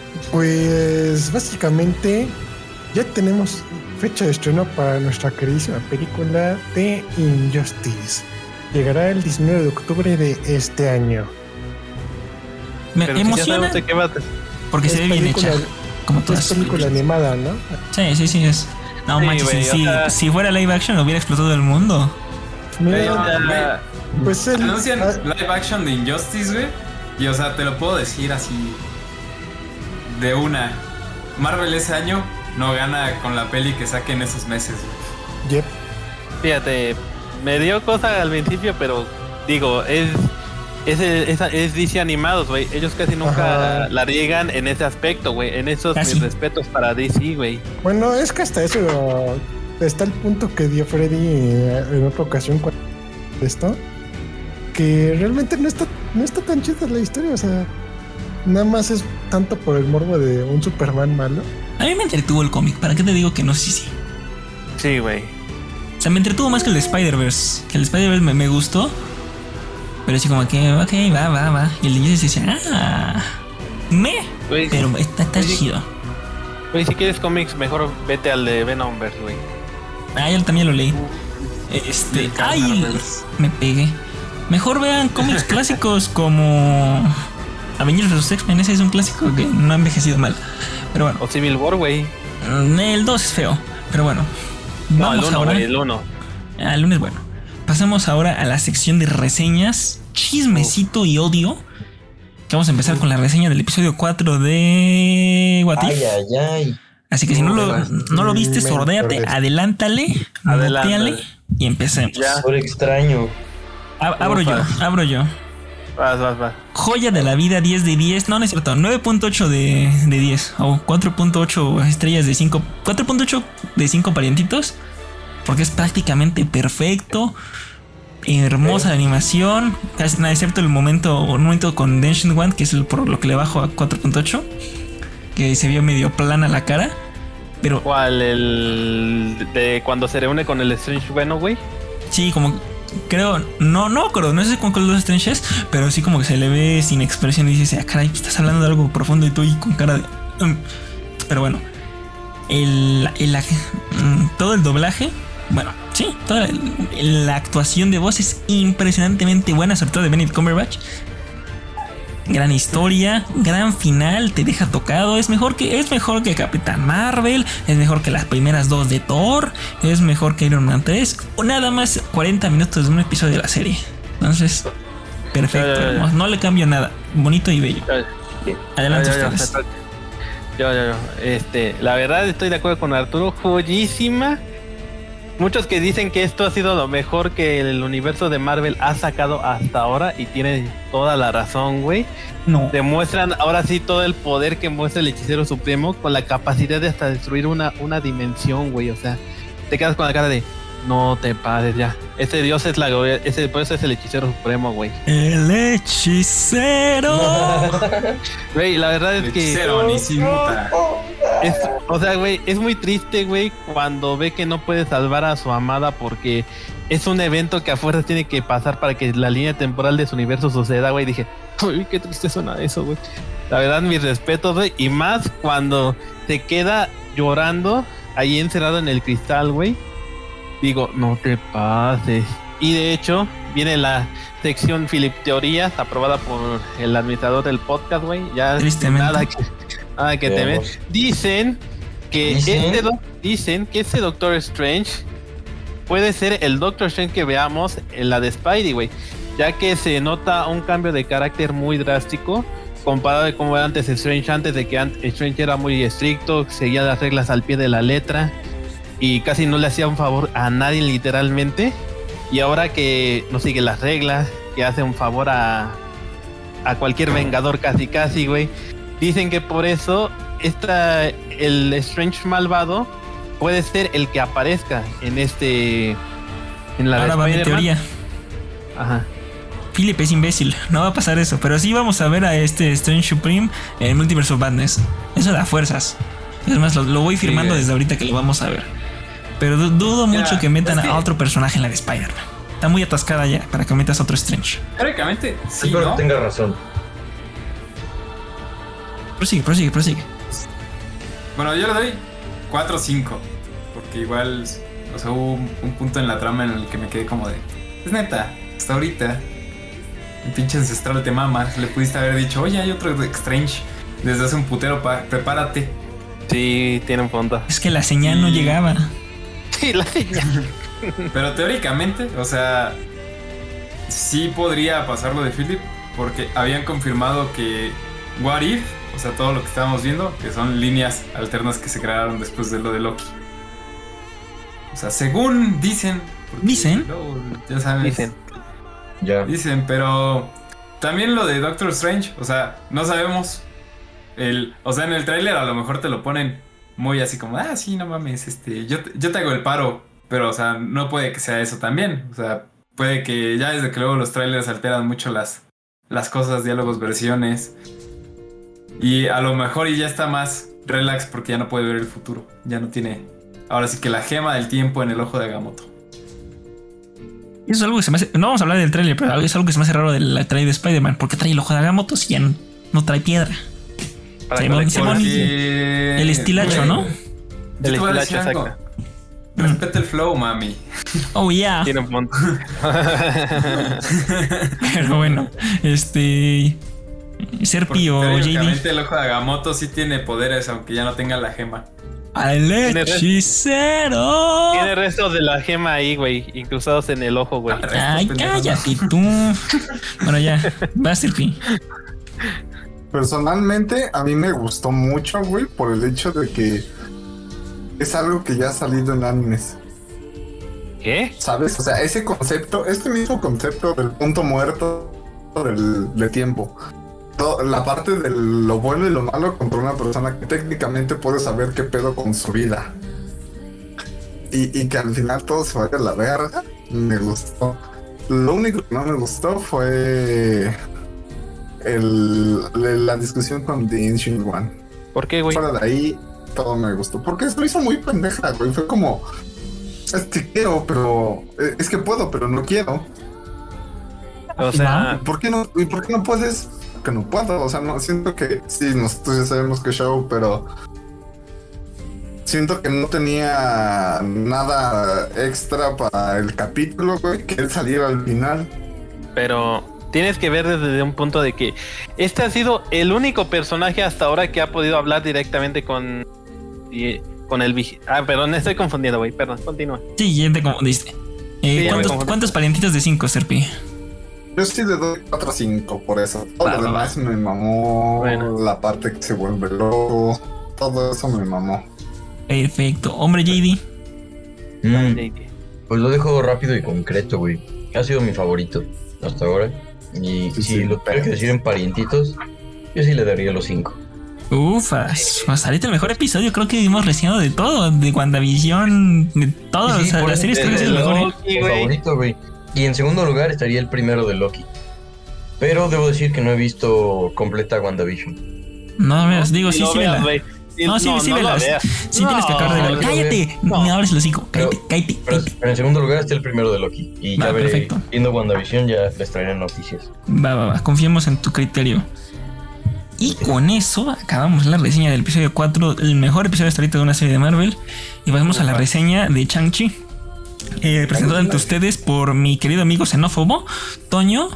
Pues básicamente ya tenemos fecha de estreno para nuestra queridísima película de Injustice. Llegará el 19 de octubre de este año. Me emociona porque se ve bien hecha. Como todas. Es película animada, ¿no? Sí es. No manches, si fuera live action hubiera explotado el mundo. Mira, pues anuncian live action de Injustice, güey. Y o sea, te lo puedo decir así de una. Marvel ese año no gana con la peli que saquen esos meses, güey. Yep. Fíjate, me dio cosa al principio, pero digo, es DC Animados, güey. Ellos casi nunca la riegan en ese aspecto, güey. En esos mis respetos para DC, güey. Bueno, es que hasta eso está el punto que dio Freddy en otra ocasión cuando esto, que realmente no está tan chida la historia, o sea, nada más es tanto por el morbo de un Superman malo. A mí me entretuvo el cómic, ¿para qué te digo que no? Sí. Sí, güey. O sea, me entretuvo más que el de Spider-Verse. Que el Spider-Verse me gustó. Pero así como que, ok, va. Y el de Injustice dice, Wey, pero está chido. Güey, si quieres cómics, mejor vete al de Venomverse, güey. Yo también lo leí. Me pegué. Mejor vean cómics clásicos como Avengers vs X-Men. Ese es un clásico que no ha envejecido mal. Pero bueno. O Civil War, güey. El 2 es feo. Pero bueno. Vamos ahora. El 1. El 1 es bueno. Pasamos ahora a la sección de reseñas, chismecito y odio. Que vamos a empezar con la reseña del episodio 4 de What If. Ay. Así que si no lo viste, sordéate, adelántale, muteale y empecemos. Por extraño. Abro yo. Vas. Joya de la vida, 10 de 10. No es cierto, 9.8 de 10. O 4.8 estrellas de 5. 4.8 de 5 parientitos. Porque es prácticamente perfecto. Hermosa la animación. Excepto un momento con The Ancient One, que es por lo que le bajo a 4.8. Que se vio medio plana la cara. Pero. ¿Cuál? El de cuando se reúne con el Strange bueno, güey. Sí, como. Creo. No acuerdo. No sé con cuál de los Stranges. Pero sí como que se le ve sin expresión. Y dices, caray, estás hablando de algo profundo. Y tú y con cara de. Pero bueno. Todo el doblaje. Bueno, sí, toda la actuación de voz es impresionantemente buena, sobre todo de Benedict Cumberbatch. Gran historia, gran final, te deja tocado. Es mejor que Capitán Marvel, es mejor que las primeras 2 de Thor, es mejor que Iron Man 3, o nada más 40 minutos de un episodio de la serie. Entonces, perfecto, no le cambio nada, bonito y bello. Adelante ustedes. Yo. La verdad estoy de acuerdo con Arturo, joyísima. Muchos que dicen que esto ha sido lo mejor que el universo de Marvel ha sacado hasta ahora, y tiene toda la razón, güey. No. Demuestran ahora sí todo el poder que muestra el hechicero supremo, con la capacidad de hasta destruir una dimensión, güey. O sea, te quedas con la cara de no te pases ya. Ese dios es por eso es el hechicero supremo, güey. El hechicero. Güey, la verdad es que hechicero ni sin muta. O sea, güey, es muy triste, güey, cuando ve que no puede salvar a su amada porque es un evento que a fuerzas tiene que pasar para que la línea temporal de su universo suceda, güey. Dije, uy, qué triste suena eso, güey. La verdad, mis respetos, güey. Y más cuando se queda llorando ahí encerrado en el cristal, güey. Digo, no te pases. Y de hecho, viene la sección Philip Teorías, aprobada por el administrador del podcast, güey. Ya Tristemente. nada que temer. Dicen que este Doctor Strange puede ser el Doctor Strange que veamos en la de Spidey, güey. Ya que se nota un cambio de carácter muy drástico comparado de cómo era antes Strange, antes de que Strange era muy estricto, seguía las reglas al pie de la letra y casi no le hacía un favor a nadie literalmente. Y ahora que no sigue las reglas, que hace un favor a cualquier vengador casi, güey. Dicen que por eso el Strange malvado puede ser el que aparezca en la ahora va mi teoría. Ajá. Philip es imbécil, no va a pasar eso, pero sí vamos a ver a este Strange Supreme en Multiverse of Madness. Eso da fuerzas. Es más, lo voy firmando desde ahorita que lo vamos a ver. Pero dudo mucho que metan a otro personaje en la de Spider-Man. Está muy atascada ya para que metas a otro Strange. Teóricamente, sí, espero ¿no? que tenga razón. Prosigue. Bueno, yo le doy 4 o 5. Porque igual, o sea, hubo un punto en la trama en el que me quedé como de... Es neta, hasta ahorita... El pinche ancestral te mama. Le pudiste haber dicho, oye, hay otro Strange desde hace un putero, prepárate. Sí, tiene un punto. Es que la señal no llegaba. Sí, la señal. Pero teóricamente, o sea, sí podría pasar lo de Philip, porque habían confirmado que What If, o sea, todo lo que estábamos viendo, que son líneas alternas que se crearon después de lo de Loki. O sea, según dicen. ¿Dicen? Luego, ya sabes. Dicen, pero también lo de Doctor Strange, o sea, no sabemos. O sea, en el tráiler a lo mejor te lo ponen muy así como, sí, no mames, yo te hago el paro. Pero, o sea, no puede que sea eso también. O sea, puede que ya desde que luego los trailers alteran mucho las cosas, diálogos, versiones. Y a lo mejor ya está más relax porque ya no puede ver el futuro. Ya no tiene, ahora sí que la gema del tiempo en el ojo de Agamotto. Eso es algo que se me hace... No vamos a hablar del trailer, pero es algo que se me hace raro del trailer de Spider-Man. ¿Por qué trae el ojo de Agamotto si ya no trae piedra? El estilacho, ¿no? El estilacho, exacto. Respeta el flow, mami. Oh, yeah. Tiene un punto. Pero bueno, Serpi o JD. El ojo de Agamotto sí tiene poderes, aunque ya no tenga la gema. ¡Al hechicero! Tiene restos de la gema ahí, güey, incrustados en el ojo, güey. Ay, cállate tú. Bueno, ya, va Serpi. Personalmente, a mí me gustó mucho, güey, por el hecho de que es algo que ya ha salido en animes. ¿Qué? ¿Sabes? O sea, ese concepto, este mismo concepto del punto muerto del tiempo. La parte de lo bueno y lo malo contra una persona que técnicamente puede saber qué pedo con su vida. Y que al final todo se vaya a la verga. Me gustó. Lo único que no me gustó fue la discusión con The Ancient One. ¿Por qué, güey? Fuera de ahí, todo me gustó. Porque se lo hizo muy pendeja, güey. Fue como... quiero, pero... Es que puedo, pero no quiero. O sea... ¿Por qué no puedes? Que no puedo, o sea, no siento que sí, nosotros ya sabemos que show, pero siento que no tenía nada extra para el capítulo, güey, que él saliera al final. Pero tienes que ver desde un punto de que este ha sido el único personaje hasta ahora que ha podido hablar directamente con el perdón, estoy confundiendo, güey, perdón, continúa. Sí, ya te confundiste. ¿Cuántos palientitos de 5, Serpi? Yo sí le doy 4 o 5 por eso. Todo lo demás me mamó. Bueno. La parte que se vuelve loco. Todo eso me mamó. Perfecto. Hombre, JD. Pues lo dejo rápido y concreto, güey. Ha sido mi favorito hasta ahora. Y si lo tuviera que decir en parientitos, yo sí le daría los 5. Ufas. Pues ahorita el mejor episodio creo que hemos reseñado de todo. De WandaVision, de todo. Sí, o sea, la serie creo que es el mejor. Mi favorito, güey. Y en segundo lugar estaría el primero de Loki. Pero debo decir que no he visto completa WandaVision. No, veas, digo, sí, vela. No, sí, velas. Sí, tienes que acabar de verlo. ¡Cállate! Me abres los 5. Cállate. Pero en segundo lugar está el primero de Loki. Y ya veré, viendo WandaVision, ya les traeré noticias. Va. Confiemos en tu criterio. Y con eso acabamos la reseña del episodio 4, el mejor episodio hasta ahorita de una serie de Marvel. Y pasamos a la reseña de Shang-Chi. Presentado ante ustedes por mi querido amigo xenófobo, Toño.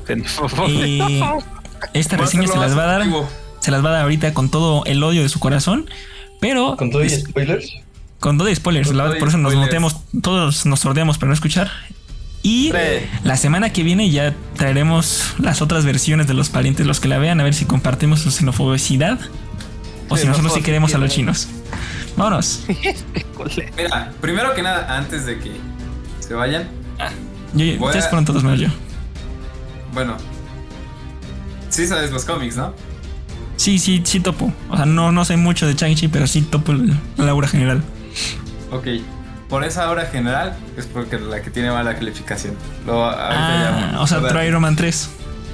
Esta reseña se las va a dar ahorita con todo el odio de su corazón. Pero. ¿Con todo y spoilers? Con todo y spoilers. Por eso nos muteamos, todos nos sordeamos para no escuchar. Y la semana que viene ya traeremos las otras versiones de los parientes, los que la vean, a ver si compartimos su xenofobicidad o si nosotros sí queremos a los chinos. Vámonos. Mira, primero que nada, antes de que se vayan, ya fueron todos menos yo. Bueno, sí sabes los cómics, ¿no? Sí topo. O sea, no sé mucho de Shang-Chi, pero sí topo la aura general. Ok. Por esa aura general es porque la que tiene mala calificación. O sea, Thor Iron Man 3.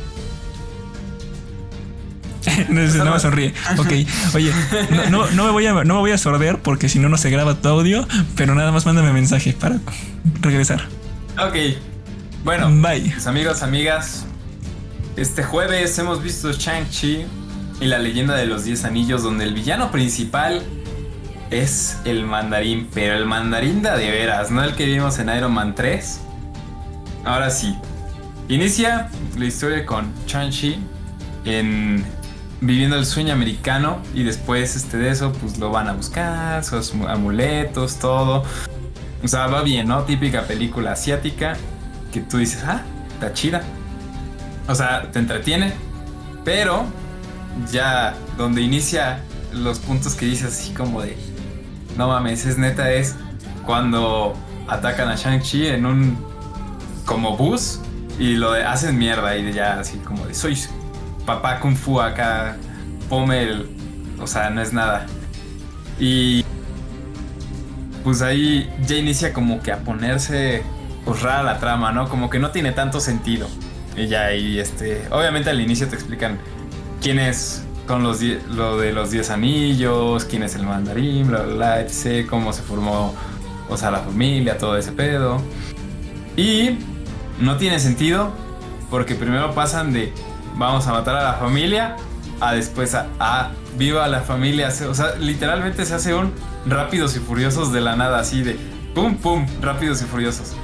No me sonríe. Ok, oye, no me voy a sordear porque si no, no se graba tu audio. Pero nada más mándame mensaje para regresar. Ok, bueno, bye. Pues amigos, amigas, este jueves hemos visto Shang-Chi y la leyenda de los 10 anillos, donde el villano principal es el mandarín, pero el mandarín de veras, no el que vimos en Iron Man 3. Ahora sí, inicia la historia con Shang-Chi viviendo el sueño americano, y después de eso pues lo van a buscar, sus amuletos, todo. O sea, va bien, ¿no? Típica película asiática que tú dices, está chida. O sea, te entretiene, pero ya donde inicia los puntos que dices así como de no mames, es neta, es cuando atacan a Shang-Chi en un como bus y lo hacen mierda, y ya así como de soy papá Kung Fu acá, o sea, no es nada. Y pues ahí ya inicia como que a ponerse pues rara la trama, ¿no? Como que no tiene tanto sentido. Y ya ahí obviamente al inicio te explican quién es con lo de los 10 anillos, quién es el mandarín, bla, bla, bla, etc., cómo se formó, o sea, la familia, todo ese pedo. Y no tiene sentido porque primero pasan de vamos a matar a la familia a después a viva la familia. O sea, literalmente se hace un Rápidos y Furiosos de la nada, así de pum, pum, Rápidos y Furiosos.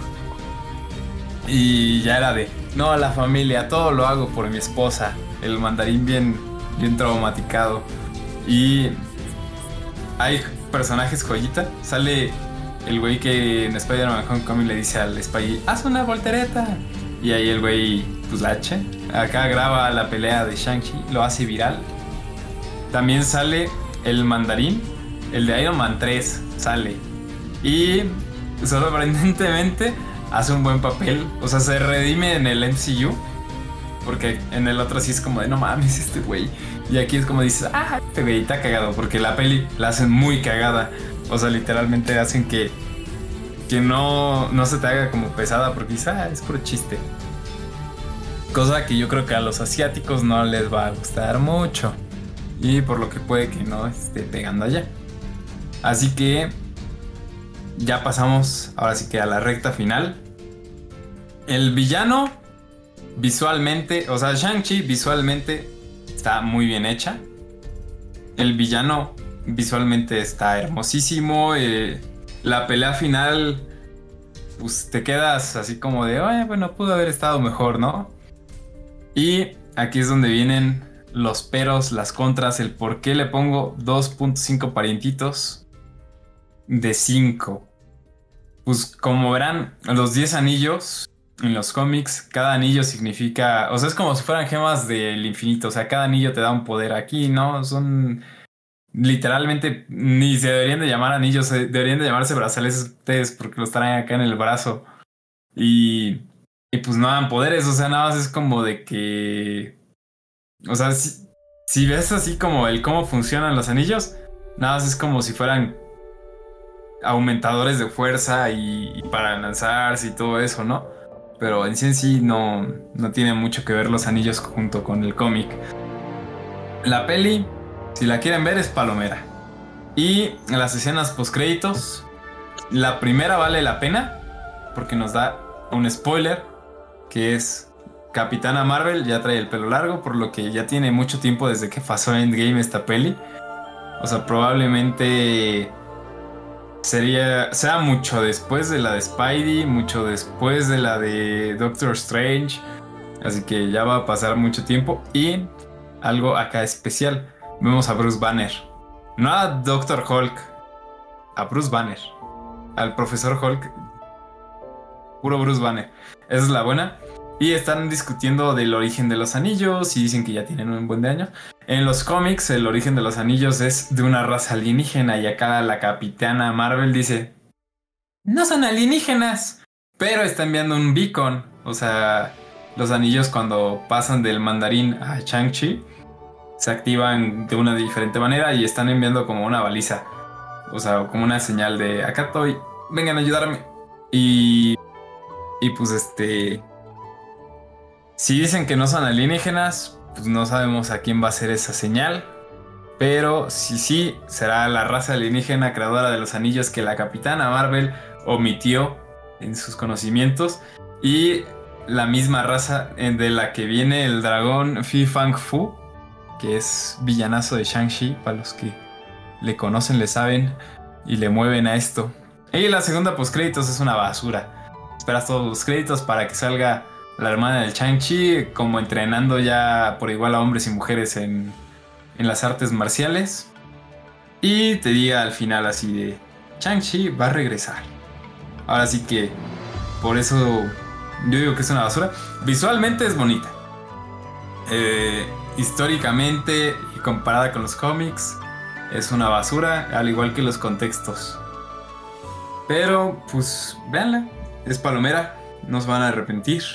Y ya era de no, a la familia, todo lo hago por mi esposa. El mandarín bien traumaticado. Y hay personajes joyita. Sale el güey que en Spider-Man Homecoming le dice al Spidey, haz una voltereta. Y ahí el güey pues la echa. Acá graba la pelea de Shang-Chi, lo hace viral. También sale el mandarín, el de Iron Man 3 sale. Y sorprendentemente hace un buen papel. O sea, se redime en el MCU. Porque en el otro sí es como de no mames, este güey. Y aquí es como dices, este güey está cagado. Porque la peli la hacen muy cagada. O sea, literalmente hacen que no se te haga como pesada. Porque dices, es puro chiste. Cosa que yo creo que a los asiáticos no les va a gustar mucho. Y por lo que puede que no esté pegando allá. Así que ya pasamos ahora sí que a la recta final. El villano visualmente, o sea, Shang-Chi visualmente está muy bien hecha. El villano visualmente está hermosísimo. La pelea final, pues te quedas así como de, bueno, pudo haber estado mejor, ¿no? Y aquí es donde vienen los peros, las contras, el por qué le pongo 2.5 parientitos de 5. Pues como verán, los 10 anillos en los cómics, cada anillo significa, o sea, es como si fueran gemas del infinito. O sea, cada anillo te da un poder. Aquí, ¿no? Son literalmente, ni se deberían de llamar anillos, deberían de llamarse brazaletes porque los traen acá en el brazo. Y pues no dan poderes, o sea, nada más es como de que, o sea, si ves así como el cómo funcionan los anillos, nada más es como si fueran aumentadores de fuerza y para lanzarse y todo eso, ¿no? Pero en sí no tiene mucho que ver los anillos junto con el cómic. La peli, si la quieren ver, es palomera. Y en las escenas postcréditos, la primera vale la pena porque nos da un spoiler, que es Capitana Marvel ya trae el pelo largo, por lo que ya tiene mucho tiempo desde que pasó Endgame esta peli. O sea, probablemente sea mucho después de la de Spidey, mucho después de la de Doctor Strange. Así que ya va a pasar mucho tiempo. Y algo acá especial. Vemos a Bruce Banner. No a Doctor Hulk. A Bruce Banner. Al Profesor Hulk. Puro Bruce Banner. Esa es la buena. Y están discutiendo del origen de los anillos. Y dicen que ya tienen un buen de años. En los cómics, el origen de los anillos es de una raza alienígena. Y acá la Capitana Marvel dice: no son alienígenas, pero está enviando un beacon. O sea, los anillos cuando pasan del mandarín a Shang-Chi se activan de una diferente manera y están enviando como una baliza. O sea, como una señal de acá estoy, vengan a ayudarme. Y pues si dicen que no son alienígenas, pues no sabemos a quién va a ser esa señal. Pero sí, será la raza alienígena creadora de los anillos que la Capitana Marvel omitió en sus conocimientos. Y la misma raza de la que viene el dragón Fi Fang Fu, que es villanazo de Shang-Chi, para los que le conocen, le saben y le mueven a esto. Y la segunda postcréditos es una basura. Esperas todos los créditos para que salga la hermana del Shang-Chi como entrenando ya por igual a hombres y mujeres en las artes marciales. Y te diga al final así de: Shang-Chi va a regresar. Ahora sí que por eso yo digo que es una basura. Visualmente es bonita. Históricamente y comparada con los cómics es una basura, al igual que los contextos. Pero pues véanla, es palomera, no se van a arrepentir.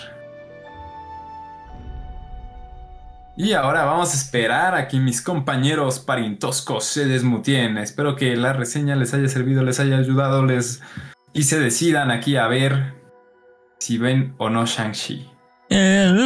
Y ahora vamos a esperar a que mis compañeros parientoscos se desmuteen. Espero que la reseña les haya servido, les haya ayudado, y se decidan aquí a ver si ven o no Shang-Chi. El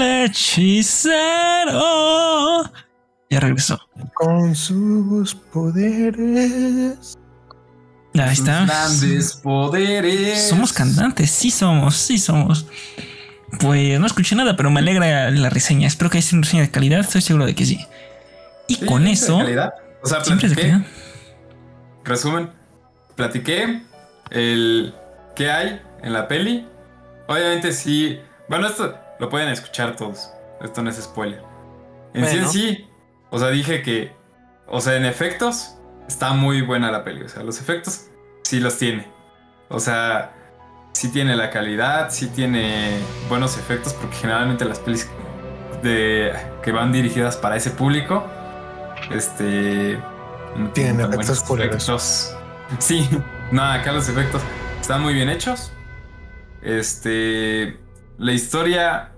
hechicero ya regresó. Con sus poderes. Ahí está. Grandes poderes. Somos cantantes, sí somos. Pues no escuché nada, pero me alegra la reseña. Espero que haya sido una reseña de calidad, estoy seguro de que sí. Y sí, con eso... ¿De calidad? O sea, platiqué. Resumen. Platiqué el qué hay en la peli. Obviamente sí. Bueno, esto lo pueden escuchar todos. Esto no es spoiler. En sí. O sea, dije que... O sea, en efectos está muy buena la peli. O sea, los efectos sí los tiene. O sea, sí tiene la calidad, sí tiene buenos efectos, porque generalmente las pelis que van dirigidas para ese público no tienen efectos. Sí, no, acá los efectos están muy bien hechos. La historia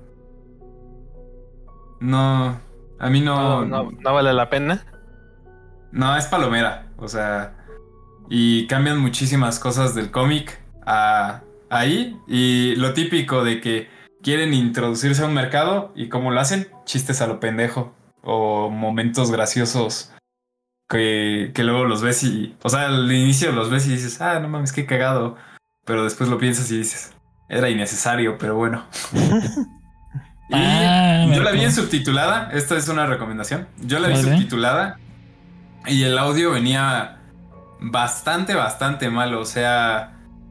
no, a mí no vale la pena. No, es palomera, o sea, y cambian muchísimas cosas del cómic a ahí, y lo típico de que quieren introducirse a un mercado y cómo lo hacen, chistes a lo pendejo o momentos graciosos que luego los ves y, o sea, al inicio los ves y dices, no mames, qué cagado, pero después lo piensas y dices, era innecesario, pero bueno. Y yo la vi en subtitulada, esta es una recomendación, yo la vi subtitulada y el audio venía bastante malo, o sea,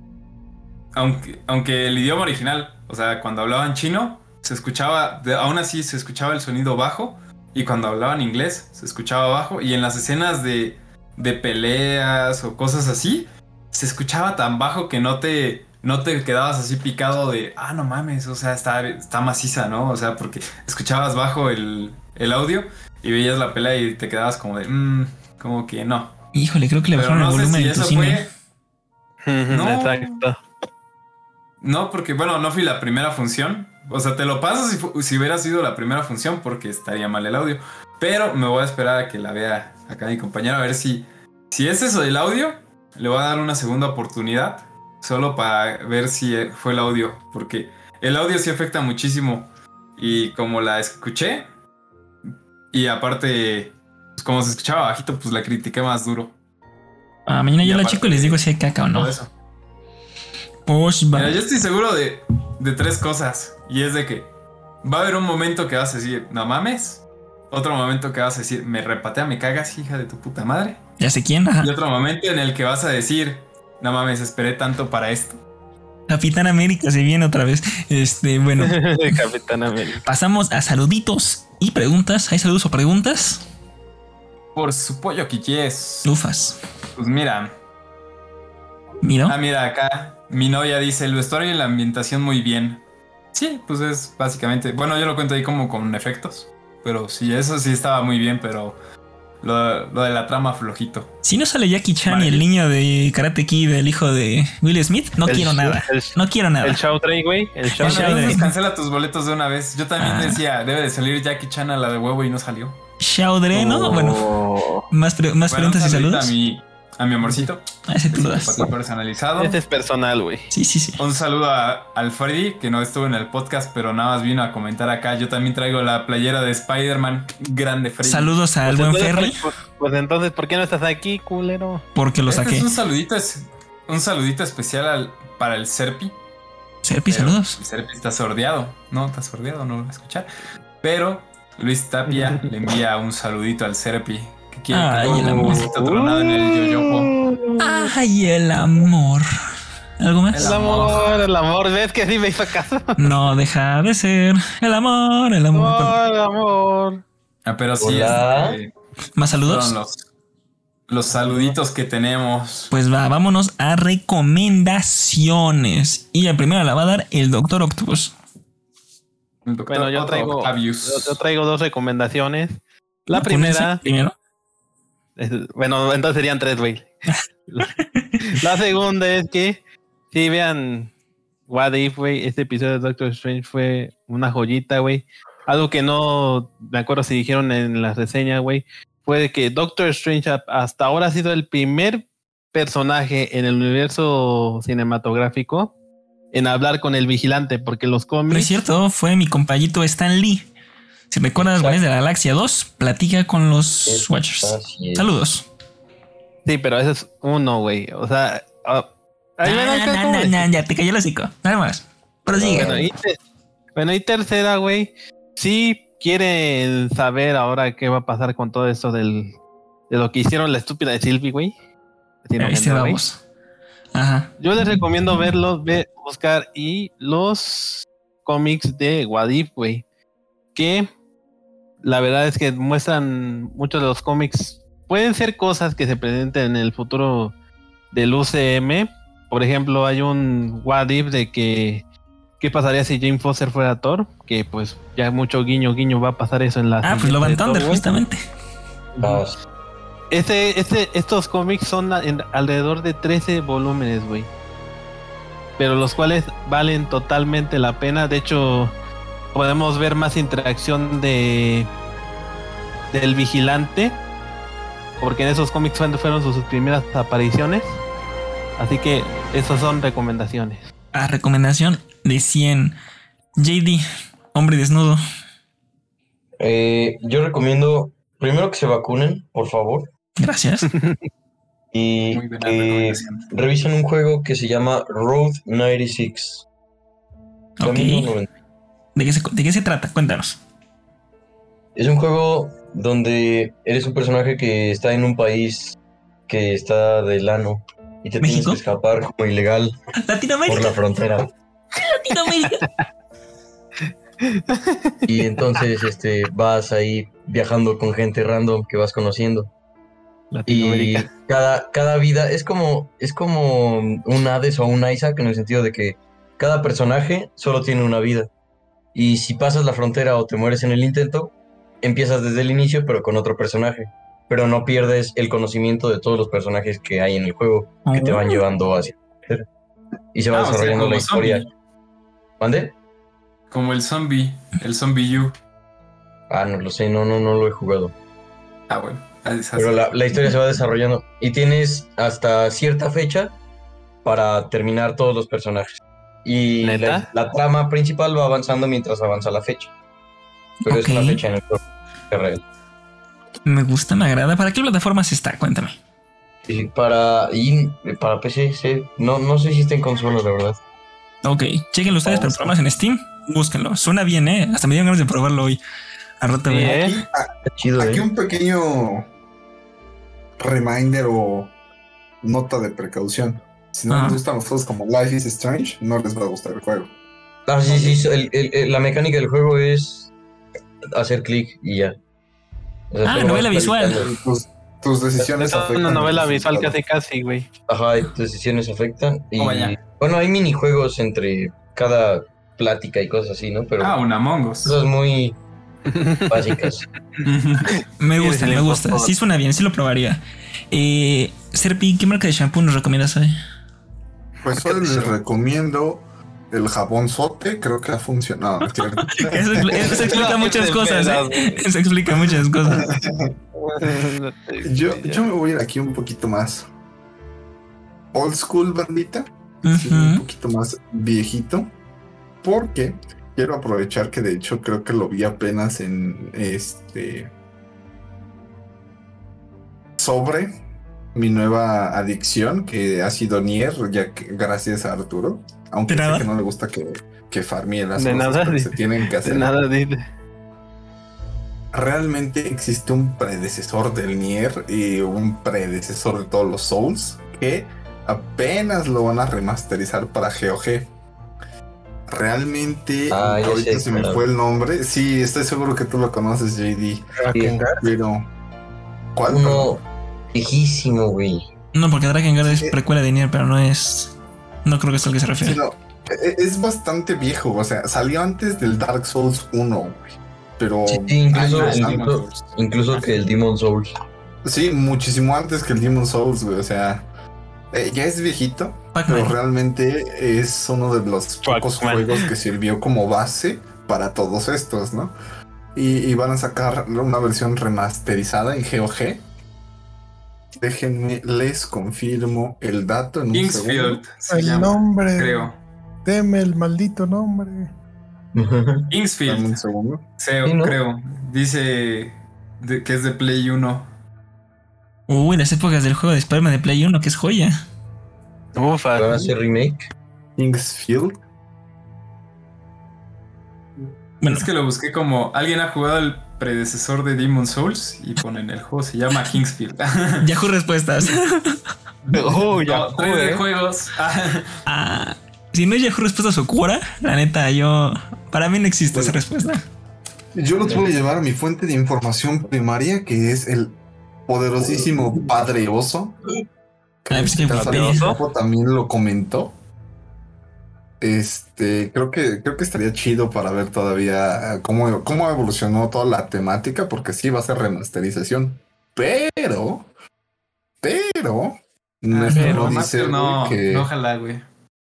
aunque el idioma original, o sea, cuando hablaban chino, se escuchaba, aún así se escuchaba el sonido bajo, y cuando hablaban inglés se escuchaba bajo, y en las escenas de peleas o cosas así, se escuchaba tan bajo que no te quedabas así picado de, no mames, o sea, está maciza, ¿no? O sea, porque escuchabas bajo el audio y veías la pelea y te quedabas como de, como que no. Híjole, creo que le bajaron el volumen de tu cine. No, exacto. No, porque bueno, no fui la primera función. O sea, te lo paso si hubiera sido la primera función, porque estaría mal el audio. Pero me voy a esperar a que la vea acá mi compañero, a ver si es eso del audio. Le voy a dar una segunda oportunidad, solo para ver si fue el audio, porque el audio sí afecta muchísimo. Y como la escuché, y aparte, pues como se escuchaba bajito, pues la critiqué más duro. Mañana yo la checo y les digo si hay caca o no. Eso. Pues Mira, yo estoy seguro de 3 cosas. Y es de que va a haber un momento que vas a decir, no mames. Otro momento que vas a decir, me repatea, me cagas, hija de tu puta madre. Ya sé quién, ajá. Y otro momento en el que vas a decir, no mames, esperé tanto para esto. Capitán América se viene otra vez. Bueno. Capitán América. Pasamos a saluditos y preguntas. ¿Hay saludos o preguntas? Por su pollo quiquies. Ufas. Pues mira. ¿Miro? Mira acá. Mi novia dice, el vestuario y la ambientación muy bien. Sí, pues es básicamente... Bueno, yo lo cuento ahí como con efectos. Pero sí, eso sí estaba muy bien, pero... Lo de la trama flojito. Si no sale Jackie Chan Vale. y el niño de Karate Kid, el hijo de Will Smith, no quiero nada. No quiero nada. El show train, güey. El show El show Bueno, de- entonces cancela tus boletos de una vez. Yo también decía, debe de salir Jackie Chan a la de huevo y no salió. Shaudre, ¿no? Bueno, más Bueno, preguntas y un saludito saludos. a mi amorcito. Ah, ese tú lo das. Para ti personalizado. Este es personal, güey. Sí, sí, sí. Un saludo al Freddy, que no estuvo en el podcast, pero nada más vino a comentar acá. Yo también traigo la playera de Spider-Man. Grande Freddy. Saludos al Pues buen entonces, Ferry, pues entonces, ¿por qué no estás aquí, culero? porque lo Este saqué. es un saludito especial para el Serpi. Serpi, Pero saludos. El Serpi está sordeado. No, está sordeado, no lo va a escuchar. Pero Luis Tapia le envía un saludito al Serpi. Que quiere Ay, que el un amor. besito tronado en el yoyopo. Ay, el amor. ¿Algo más? El amor, ¿ves que sí me hizo caso? No deja de ser el amor, el amor. El amor. Ah, pero sí, Hola. ¿Más saludos? fueron los saluditos que tenemos. Pues vámonos a recomendaciones. Y la primera la va a dar el Doctor Octopus. El doctor Bueno, yo Otto traigo, Octavius. yo traigo dos recomendaciones. La Apúntense primera, primero. bueno, entonces serían tres, güey. La segunda es que si vean What If, güey, este episodio de Doctor Strange fue una joyita, güey. Algo que no me acuerdo si dijeron en la reseña, güey, fue de que Doctor Strange hasta ahora ha sido el primer personaje en el universo cinematográfico en hablar con el vigilante, porque los No es cómics... cierto, fue mi compañito Stan Lee. Si recuerdas Exacto. Guardianes de la Galaxia 2, platica con los Watchers. Así es. Saludos. Sí, pero ese es uno, güey. O sea... ahí ven acá, ¿cómo ves? Ya te cayó el hocico. Nada más. Prosigue. Bueno, y tercera, güey. Si quieren saber ahora qué va a pasar con todo esto de lo que hicieron la estúpida de Sylvie, güey. Así no, Este güey. vamos. Ajá. Yo les recomiendo verlos, buscar y los cómics de What If, güey. Que la verdad es que muestran muchos de los cómics. Pueden ser cosas que se presenten en el futuro del UCM. Por ejemplo, hay un What If de que ¿qué pasaría si Jane Foster fuera Thor? Que pues ya mucho guiño va a pasar eso en la Ah, pues Love and siguiente de Thunder, Thor, güey. justamente. Ah, Estos cómics son alrededor de 13 volúmenes, güey. Pero los cuales valen totalmente la pena. De hecho, podemos ver más interacción del vigilante. Porque en esos cómics fueron sus primeras apariciones. Así que esas son recomendaciones. A recomendación de 100. JD, hombre desnudo. yo recomiendo primero que se vacunen, por favor. Gracias. Y Muy buena que recomendación. revisen un juego que se llama Road 96. Ok. Camino 90. ¿De qué se trata? Cuéntanos. Es un juego donde eres un personaje que está en un país que está del ano y te tienes ¿México? que escapar como ilegal por la Latinoamérica. frontera. Latinoamérica. Y entonces vas ahí viajando con gente random que vas conociendo. Y Latinoamérica. cada vida es como un Hades o un Isaac en el sentido de que cada personaje solo tiene una vida. Y si pasas la frontera o te mueres en el intento, empiezas desde el inicio pero con otro personaje. Pero no pierdes el conocimiento de todos los personajes que hay en el juego que te van llevando hacia la frontera. Y se va o sea, desarrollando como la historia. zombie. ¿Mande? Como el zombie U. Ah, no lo sé, no lo he jugado. Ah, bueno. Pero la historia se va desarrollando y tienes hasta cierta fecha para terminar todos los personajes. Y ¿Neta? la trama principal va avanzando mientras avanza la fecha. Pero es una Ok. fecha en el juego real. Me gusta, me agrada. ¿Para qué plataformas está? Cuéntame. Y para PC, sí. No sé si está en consolas, la verdad. Ok, chequen ustedes Vamos. plataformas en Steam. Búsquenlo. Suena bien, ¿eh? Hasta me dieron ganas de probarlo hoy. Al rato Sí, veré. Está chido, Aquí un pequeño reminder o nota de precaución. Si no Ajá. les gustan los juegos como Life is Strange, no les va a gustar el juego. Ah, sí, la mecánica del juego es hacer clic y ya. O sea, Ah, solo novela vas visual. clicando. Tus decisiones Es una afectan novela el visual resultado. casi, güey. Ajá, y tus decisiones afectan. Y Oh, vaya. bueno, hay minijuegos entre cada plática y cosas así, ¿no? Pero Un Among Us. cosas muy básicas. Me Sí, gusta, sí, me por gusta. favor. Sí suena bien, sí lo probaría. Serpi, ¿qué marca de shampoo nos recomiendas hoy? Pues solo les recomiendo el jabón sote, creo que ha funcionado, ¿no es cierto? Eso explica muchas cosas, ¿eh? Eso explica muchas cosas. Yo me voy a ir aquí un poquito más old school, bandita. Sí, Ujú. un poquito más viejito. Porque quiero aprovechar que de hecho creo que lo vi apenas en sobre mi nueva adicción, que ha sido Nier, ya que gracias a Arturo. Aunque ¿De sé nada? que no le gusta que farmee las De cosas, nada, pero di- se tienen que De hacer. nada, dice. Realmente existe un predecesor del Nier y un predecesor de todos los Souls que apenas lo van a remasterizar para GOG. Realmente, Ah, ya ahorita sé, se me claro. fue el nombre. Sí, estoy seguro que tú lo conoces, JD. Drakengard. Pero, ¿cuál? Uno viejísimo, güey. No, porque Drakengard es Sí. precuela de Nier, pero no es. No creo que es al que se refiere. Sí, no, es bastante viejo. O sea, salió antes del Dark Souls 1, güey. Pero Sí, incluso, años incluso, antes. incluso que el Demon Souls. Sí, muchísimo antes que el Demon Souls, güey. O sea, ya es viejito. Pero Pac-Man. realmente es uno de los pocos Pac-Man. juegos que sirvió como base para todos estos, ¿no? Y van a sacar una versión remasterizada en GOG. Déjenme, les confirmo el dato en un segundo. Kingsfield se El llama, nombre. creo. Deme el maldito nombre. Dame Kingsfield, un segundo. Sí, ¿no? creo. Dice que es de Play 1. Uy, las épocas del juego de Spider-Man de Play 1, que es joya. Ufa. Van a hacer remake. Kingsfield. Bueno, Es que lo busqué como alguien ha jugado el predecesor de Demon Souls y ponen el juego, se llama Kingsfield. Yahoo Respuestas. Uy, ya, No, 3D juegos. Ah, si no es Yahoo Respuestas o Quora, la neta, para mí no existe esa respuesta. Yo los voy a llevar a mi fuente de información primaria, que es el poderosísimo Padre Oso. Ah, pues que Hace Wikipedia. poco también lo comentó. Creo que estaría chido para ver todavía cómo evolucionó toda la temática, porque sí va a ser remasterización. Pero esto no dice no, que no, ojalá, güey.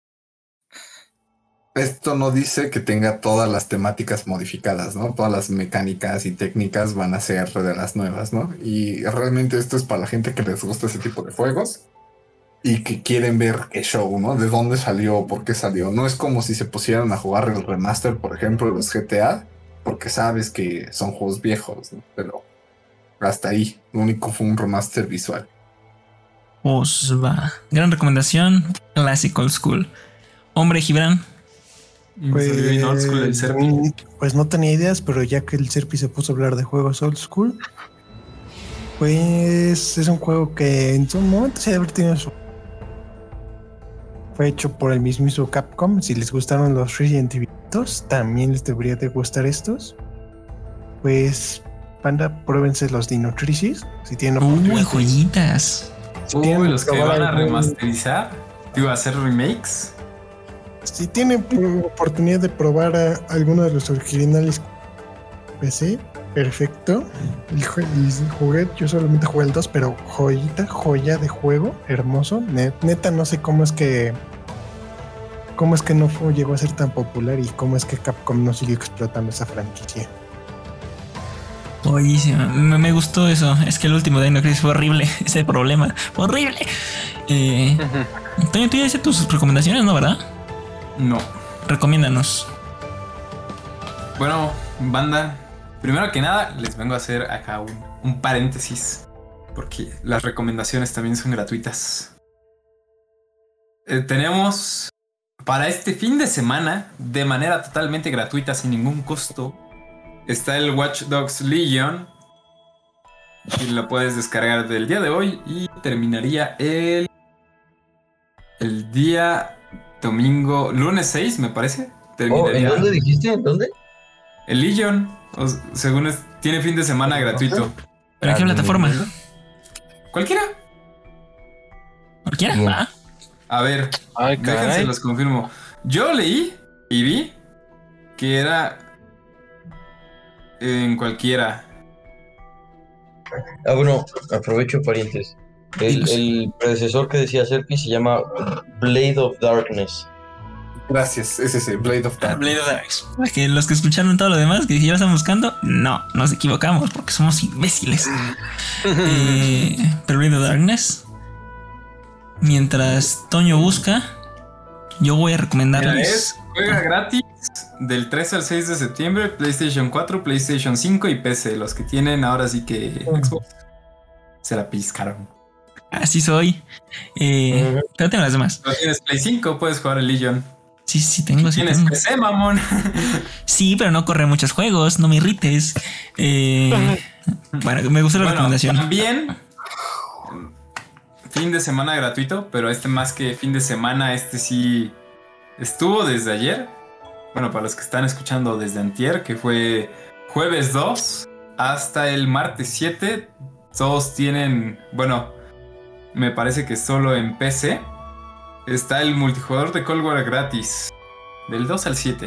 esto no dice que tenga todas las temáticas modificadas, ¿no? Todas las mecánicas y técnicas van a ser de las nuevas, ¿no? Y realmente esto es para la gente que les gusta ese tipo de juegos y que quieren ver qué show, ¿no? De dónde salió, por qué salió. No es como si se pusieran a jugar el remaster, por ejemplo, de los GTA, porque sabes que son juegos viejos, ¿no? Pero hasta ahí, lo único fue un remaster visual. Pues va. Gran recomendación. Classic Old School. Hombre, Gibran. Salió bien old school el Serpi. Pues no tenía ideas, pero ya que el Serpi se puso a hablar de juegos old school, pues es un juego que en su momento se debe haber tenido su... Fue hecho por el mismo Capcom. Si les gustaron los Resident Evil 2, también les debería de gustar estos. Pues, panda, pruébense los Dino Crisis. Si tienen Uy, oportunidad. joyitas. Si tienen Los que probar van a algún- remasterizar, digo, a hacer remakes. Si tienen oportunidad de probar a alguno de los originales PC, perfecto. El juguete, yo solamente jugué el 2, pero joya de juego, hermoso. Neta, no sé cómo es que no llegó a ser tan popular y cómo es que Capcom no siguió explotando esa franquicia. Buenísimo. Me gustó eso. Es que el último Dino Crisis fue horrible. Ese problema. Horrible. Toño, tú ya hiciste tus recomendaciones, ¿no? ¿Verdad? No. Recomiéndanos. Bueno, banda, primero que nada, les vengo a hacer acá un paréntesis, porque las recomendaciones también son gratuitas. Tenemos para este fin de semana, de manera totalmente gratuita, sin ningún costo, está el Watch Dogs Legion. Y lo puedes descargar del día de hoy y terminaría el día domingo, lunes 6, me parece. ¿En dónde dijiste? ¿En dónde? El Legion, según tiene fin de semana gratuito. ¿Pero en qué plataforma? ¿Cualquiera? ¿Cualquiera? No. Ah, A ver, Ay, déjense caray. los confirmo. Yo leí y vi que era en cualquiera. Bueno, aprovecho, parientes. El predecesor que decía Serpi se llama Blade of Darkness. Gracias, es ese, Blade of Darkness. Blade of Darkness. Para que los que escucharon todo lo demás, que ya lo están buscando, no, nos equivocamos porque somos imbéciles. Pero Blade of Darkness. Mientras Toño busca, yo voy a Mira, recomendarles. juega gratis del 3 al 6 de septiembre, PlayStation 4, PlayStation 5 y PC. Los que tienen ahora sí que Xbox se la piscaron. Así soy. Pero tengo las demás. Si tienes Play 5, puedes jugar el Legion. Sí tengo. Sí, Tienes tengo. PC, mamón. Sí, pero no corre muchos juegos, no me irrites. Bueno, me gustó la recomendación. También fin de semana gratuito, pero más que fin de semana, sí estuvo desde ayer. Bueno, para los que están escuchando desde antier, que fue jueves 2 hasta el martes 7. Todos tienen, bueno, me parece que solo en PC está el multijugador de Cold War gratis. Del 2 al 7.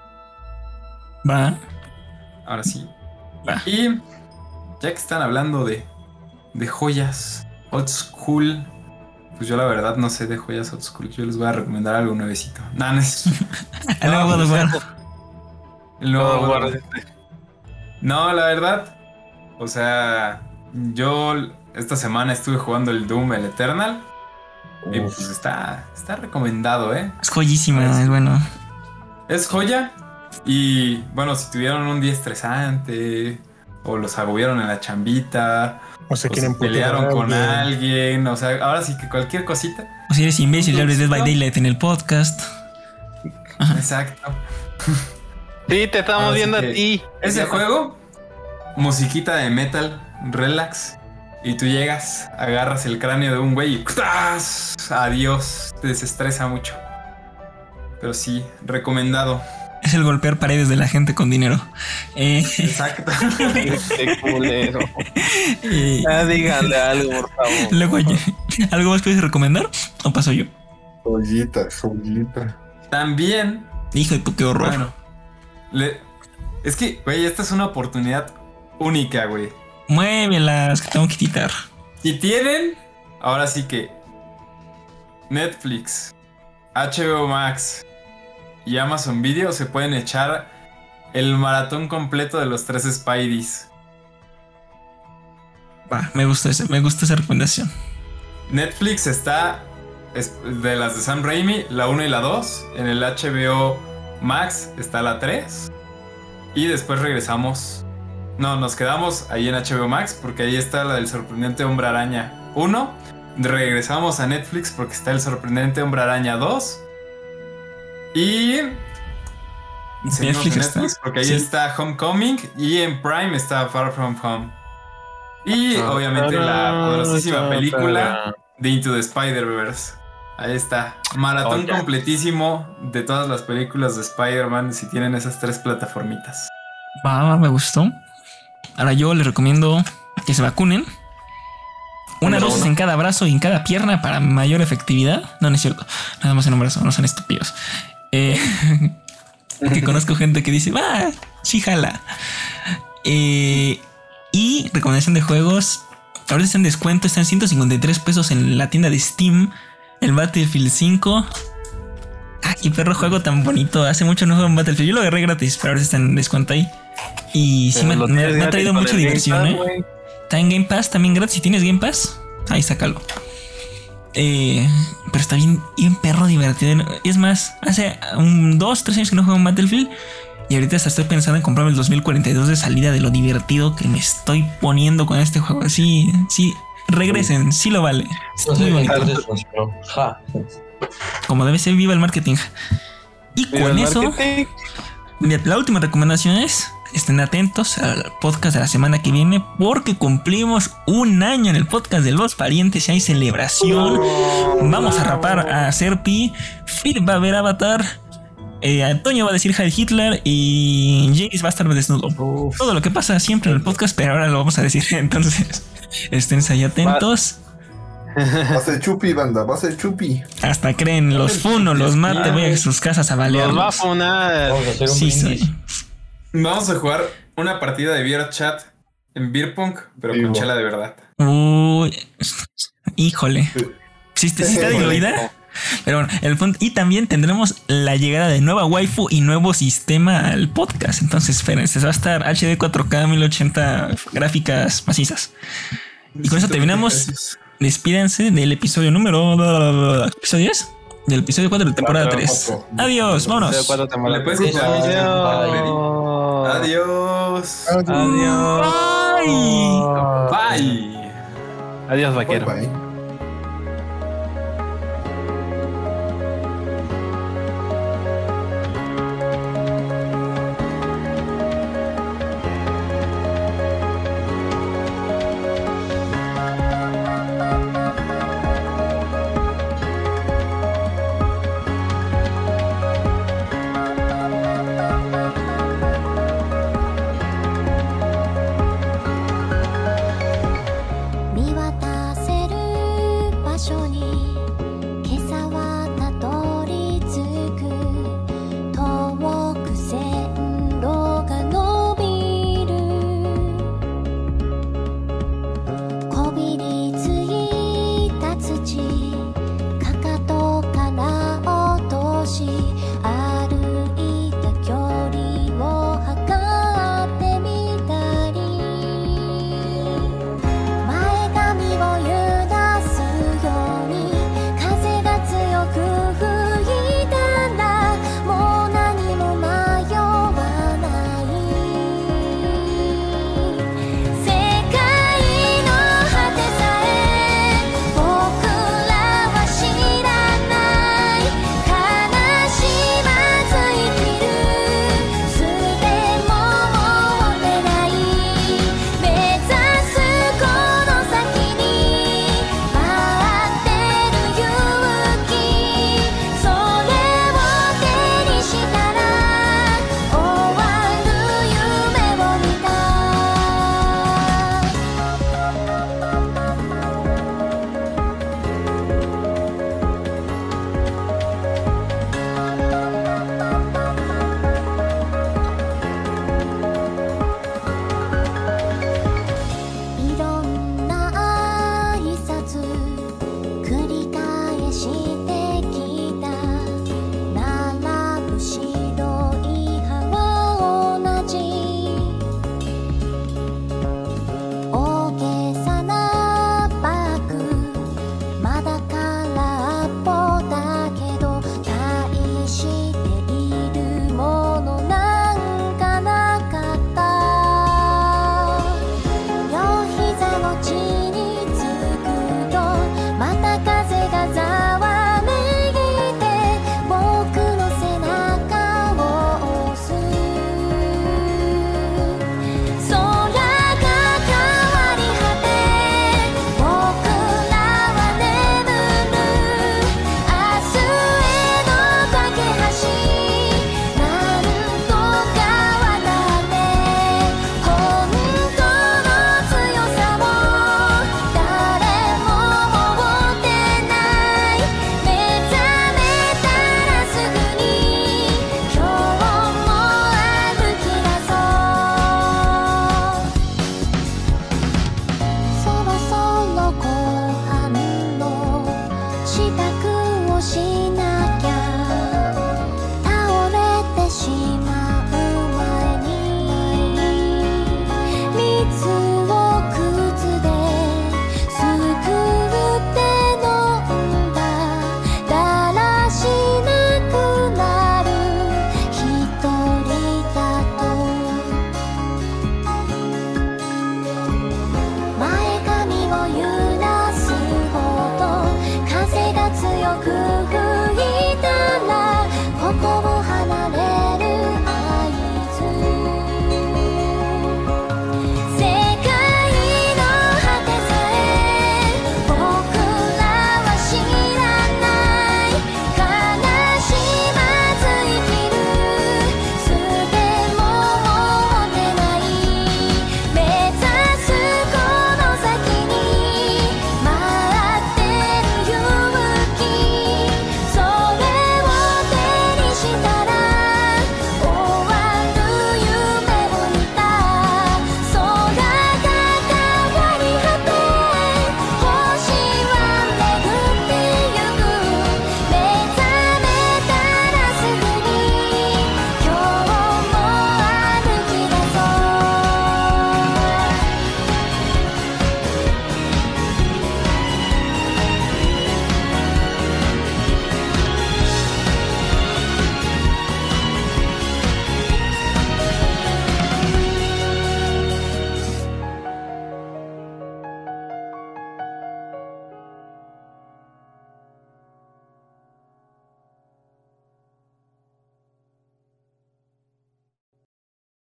Va. Ahora sí. Va. Y ya que están hablando de joyas old school, pues yo la verdad no sé de joyas old school. Yo les voy a recomendar algo nuevecito. No es... El nuevo God of War. El nuevo God of God of War. War. No, la verdad, o sea, yo esta semana estuve jugando el Doom, el Eternal. Y pues está recomendado, ¿eh? Es joyísima, es bueno. Es joya. Y bueno, si tuvieron un día estresante, o los agobiaron en la chambita, O se o quieren se pelearon putear a con alguien. alguien, o sea, ahora sí que cualquier cosita. O si eres imbécil, ya hables de Dead by Daylight en el podcast. Exacto. Sí, te estamos Ahora sí viendo a que ti. Ese juego, musiquita de metal, relax, y tú llegas, agarras el cráneo de un güey y ¡tas! Adiós, te desestresa mucho. Pero sí, recomendado. Es el golpear paredes de la gente con dinero. Exacto. Qué culero. Eh, Díganle algo, por favor. luego, ¿algo más puedes recomendar? ¿O paso yo? Joyita. También, Hijo de tu, qué horror. bueno, es que, güey, esta es una oportunidad única, güey. Muévelas, que tengo que quitar. Si tienen, ahora sí que Netflix, HBO Max y Amazon Video, se pueden echar el maratón completo de los 3 Spideys. Va, me gusta esa recomendación. Netflix está de las de Sam Raimi, la 1 y la 2. En el HBO Max está la 3. Y después regresamos. No, nos quedamos ahí en HBO Max porque ahí está la del sorprendente Hombre Araña 1. Regresamos a Netflix porque está el sorprendente Hombre Araña 2. Y seguimos en Netflix porque ahí está Homecoming. Y en Prime está Far From Home. Y obviamente la poderosísima película de Into the Spider-Verse. Ahí está. Maratón completísimo de todas las películas de Spider-Man si tienen esas 3 plataformitas. Va, me gustó. Ahora yo les recomiendo que se vacunen. Una dosis en cada brazo y en cada pierna para mayor efectividad. No es cierto. Nada más en un brazo, no son estúpidos. Que conozco gente que dice, va, sí jala. Y recomendación de juegos. Ahora está en descuento, está en 153 pesos en la tienda de Steam. El Battlefield 5. Qué perro juego tan bonito. Hace mucho no juego en Battlefield. Yo lo agarré gratis, pero ahora está en descuento ahí. Y sí me ha traído mucha diversión, ¿eh? Está en Game Pass también gratis. Si tienes Game Pass, ahí sácalo. Pero está bien perro divertido. Es más, hace 2-3 años que no juego en Battlefield. Y ahorita hasta estoy pensando en comprarme el 2042 de salida, de lo divertido que me estoy poniendo con este juego. Sí, regresen, sí lo vale. No sé, Muy bonito. entonces funcionó. Ja. Como debe ser, viva el marketing. Y Viva con el eso, marketing. la última recomendación es: estén atentos al podcast de la semana que viene, porque cumplimos 1 año en el podcast de Los Parientes y hay celebración. Vamos a rapar a Serpi, Philip va a ver Avatar, Antonio va a decir Heil Hitler y James va a estar desnudo. Todo lo que pasa siempre en el podcast, pero ahora lo vamos a decir. Entonces, esténse ahí atentos. Va a ser chupi, banda, va a ser chupi. Hasta creen, los funo, los mate, voy a sus casas a Los va a balearlos. funar. Vamos a hacer un Sí, brindis. soy. Vamos a jugar una partida de Beer Chat en Beer Punk, pero con Vivo. chela de verdad. Uy, híjole. ¿Sí está diluida? Pero bueno, el punto. Y también tendremos la llegada de nueva waifu y nuevo sistema al podcast. Entonces, espérense, va a estar HD 4K 1080 gráficas macizas. Y con eso terminamos. Despídense del episodio número. ¿Episodio es? Del episodio 4 de temporada 3. Adiós, vámonos. ¿Le puedes quitar la música? Adiós. Adiós. Bye. Bye. Adiós, vaquero. Bye, bye.